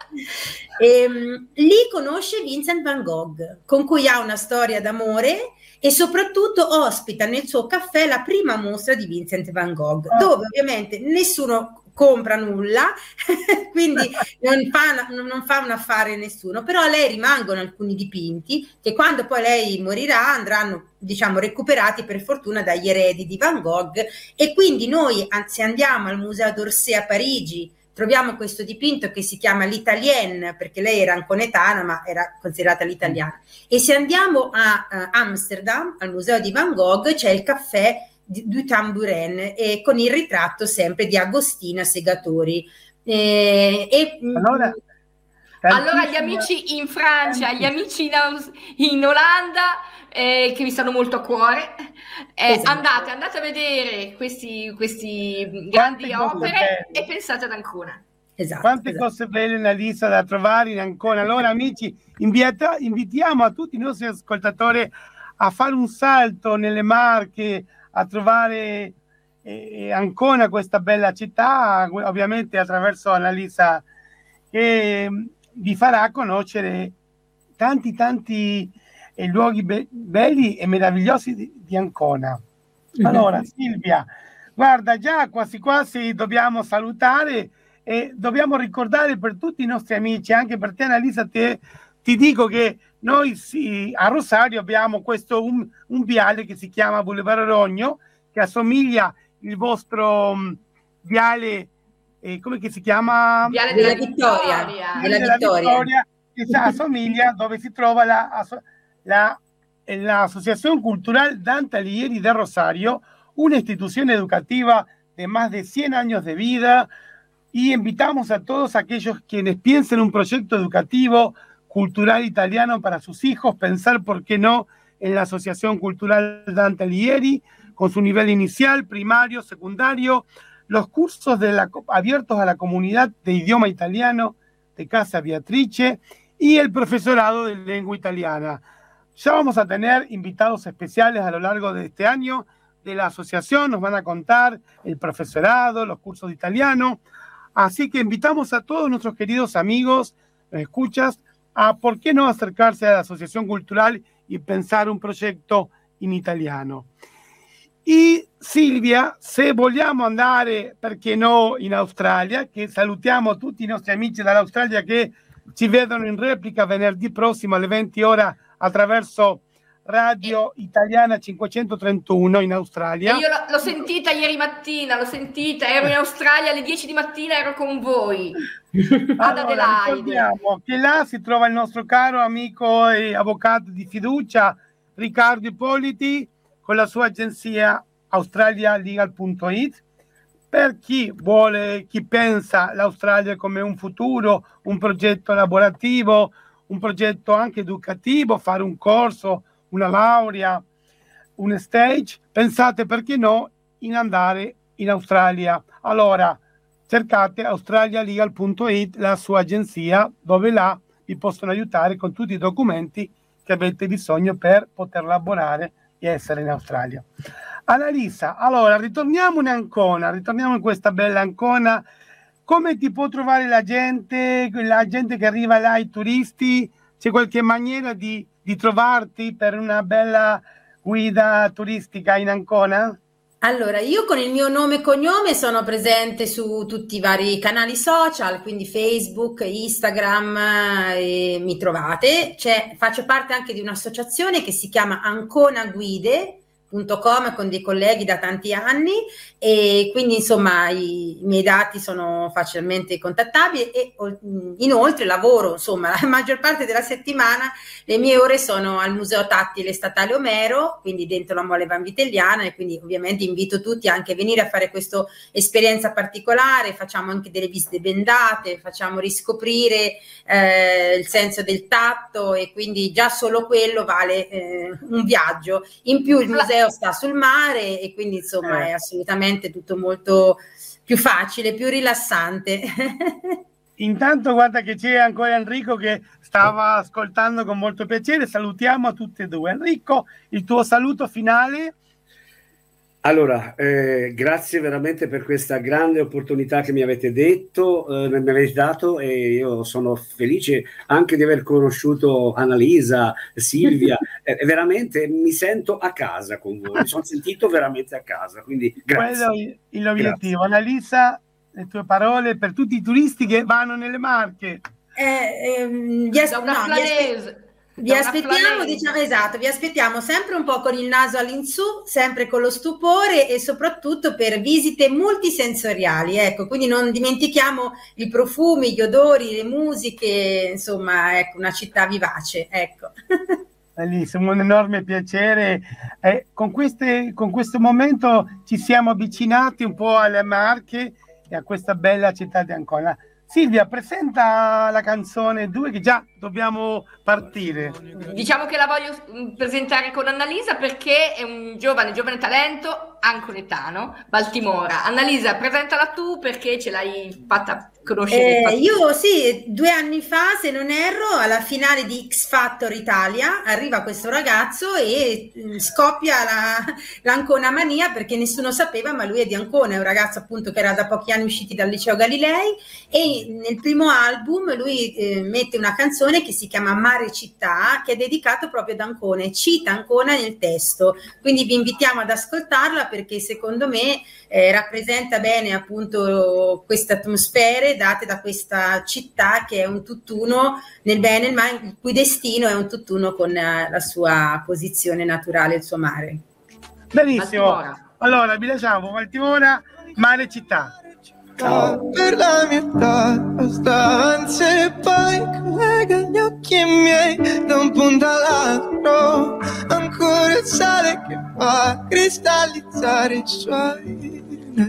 E, um, lì conosce Vincent van Gogh, con cui ha una storia d'amore, e soprattutto ospita nel suo caffè la prima mostra di Vincent van Gogh, oh. dove ovviamente nessuno compra nulla, quindi non fa, non fa un affare nessuno, però a lei rimangono alcuni dipinti che quando poi lei morirà andranno, diciamo, recuperati per fortuna dagli eredi di Van Gogh, e quindi noi, se andiamo al Museo d'Orsay a Parigi, troviamo questo dipinto che si chiama l'Italienne, perché lei era anconetana ma era considerata l'italiana, e se andiamo a uh, Amsterdam, al Museo di Van Gogh, c'è il caffè du Tamburaine, e con il ritratto sempre di Agostina Segatori. E, e, allora, allora gli amici in Francia, gli amici in, in Olanda, eh, che mi stanno molto a cuore, eh, esatto. andate, andate a vedere questi, questi grandi opere e pensate ad Ancona. Esatto, Quante esatto. cose belle, Annalisa, da trovare in Ancona. Allora amici, inviata, invitiamo a tutti i nostri ascoltatori a fare un salto nelle Marche, a trovare eh, Ancona, questa bella città, ovviamente attraverso Annalisa, che vi farà conoscere tanti tanti eh, luoghi be- belli e meravigliosi di, di Ancona. Allora Silvia, guarda, già quasi quasi dobbiamo salutare e dobbiamo ricordare per tutti i nostri amici, anche per te Annalisa, te, ti dico che noi sì, a Rosario abbiamo questo un, un viale che si chiama Boulevard Rogno, che assomiglia il vostro um, viale, eh, come che si chiama? Viale della Vittoria. Viale Della della Vittoria. Vittoria, che si assomiglia dove si trova la, la, la Asociación Cultural Dante Alighieri de Rosario, una institución educativa de más de cien años de vida, y invitamos a todos aquellos quienes piensen un proyecto educativo cultural italiano para sus hijos, pensar, ¿por qué no?, en la Asociación Cultural Dante Alighieri, con su nivel inicial, primario, secundario, los cursos de la, abiertos a la comunidad de idioma italiano de Casa Beatrice y el profesorado de lengua italiana. Ya vamos a tener invitados especiales a lo largo de este año de la asociación, nos van a contar el profesorado, los cursos de italiano, así que invitamos a todos nuestros queridos amigos, los escuchas, a por qué no acercarse a la Asociación Cultural y pensare un progetto in italiano. E Silvia, se vogliamo andare, perché no, in Australia, che salutiamo tutti i nostri amici dall'Australia che ci vedono in replica venerdì prossimo alle venti ore attraverso Radio Italiana cinquecentotrentuno in Australia. E io l- l'ho sentita ieri mattina, l'ho sentita, ero in Australia alle dieci di mattina, ero con voi ad Allora, Adelaide. ricordiamo che là si trova il nostro caro amico e avvocato di fiducia Riccardo Ippoliti con la sua agenzia australia legal punto it. Per chi vuole, chi pensa l'Australia come un futuro, un progetto lavorativo, un progetto anche educativo, fare un corso, una laurea, un stage, pensate, perché no, in andare in Australia. Allora cercate australia legal punto it, la sua agenzia, dove là vi possono aiutare con tutti i documenti che avete bisogno per poter lavorare e essere in Australia. Annalisa, allora ritorniamo in Ancona, ritorniamo in questa bella Ancona. Come ti può trovare la gente, la gente che arriva là, i turisti? C'è qualche maniera di, di trovarti per una bella guida turistica in Ancona? Allora, io con il mio nome e cognome sono presente su tutti i vari canali social, quindi Facebook, Instagram, eh, mi trovate. C'è, faccio parte anche di un'associazione che si chiama Ancona Guide punto com con dei colleghi da tanti anni, e quindi insomma i, i miei dati sono facilmente contattabili e inoltre lavoro insomma la maggior parte della settimana. Le mie ore sono al Museo Tattile Statale Omero, quindi dentro la Mole Vanvitelliana, e quindi ovviamente invito tutti anche a venire a fare questa esperienza particolare. Facciamo anche delle visite bendate, facciamo riscoprire eh, il senso del tatto, e quindi già solo quello vale eh, un viaggio. In più il museo sta sul mare e quindi insomma è assolutamente tutto molto più facile, più rilassante. Intanto guarda che c'è ancora Enrico che stava ascoltando con molto piacere, salutiamo a tutti e due. Enrico, il tuo saluto finale? Allora, eh, grazie veramente per questa grande opportunità che mi avete detto, eh, mi avete dato, e io sono felice anche di aver conosciuto Annalisa, Silvia, eh, veramente mi sento a casa con voi, mi sono sentito veramente a casa, quindi grazie. Quello è l'obiettivo. Annalisa, le tue parole per tutti i turisti che vanno nelle Marche. Eh, ehm, vi, as- Da una no, vi aspe- flanese. vi Da una aspettiamo, flanese. diciamo, esatto, vi aspettiamo sempre un po' con il naso all'insù, sempre con lo stupore, e soprattutto per visite multisensoriali, ecco, quindi non dimentichiamo i profumi, gli odori, le musiche, insomma, ecco, una città vivace, ecco. Bellissimo, un enorme piacere. Eh, con, queste, con questo momento ci siamo avvicinati un po' alle Marche e a questa bella città di Ancona. Silvia, presenta la canzone due che già dobbiamo partire. Diciamo che la voglio presentare con Annalisa perché è un giovane, giovane talento ancoletano, Baltimora. Annalisa, presentala tu perché ce l'hai fatta conoscere. Eh, io sì, due anni fa, se non erro, alla finale di X Factor Italia arriva questo ragazzo e mh, scoppia la, l'Ancona mania perché nessuno sapeva, ma lui è di Ancona, è un ragazzo appunto che era da pochi anni usciti dal liceo Galilei e nel primo album lui eh, mette una canzone che si chiama Mare Città, che è dedicato proprio ad Ancona e cita Ancona nel testo, quindi vi invitiamo ad ascoltarla perché secondo me eh, rappresenta bene appunto queste atmosfere date da questa città che è un tutt'uno nel bene e nel male, il cui destino è un tutt'uno con eh, la sua posizione naturale, il suo mare. Benissimo, Baltimora. allora vi lasciamo Baltimora, Mare Città. Per la mia età abbastanza e poi collega gli occhi miei da un punto all'altro, ancora il sale che fa cristallizzare i suoi.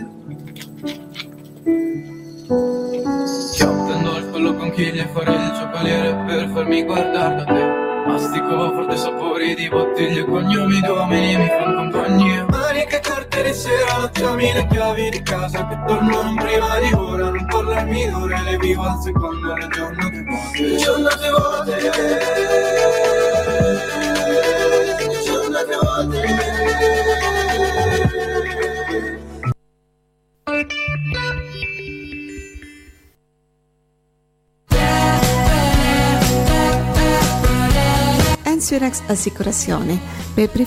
Io prendo il collo con chiglia e farei il giocoliere per farmi guardare da te. Mastico forte sapori di bottiglie, cognomi di uomini mi fanno compagnia. Maniche corte di sera, lasciami le chiavi di casa che tornano prima di ora. Non parlarmi d'ore, le vivo al secondo, le giornate vuote. Giornate vuote, giornate vuote. Ensurex Assicurazione. Per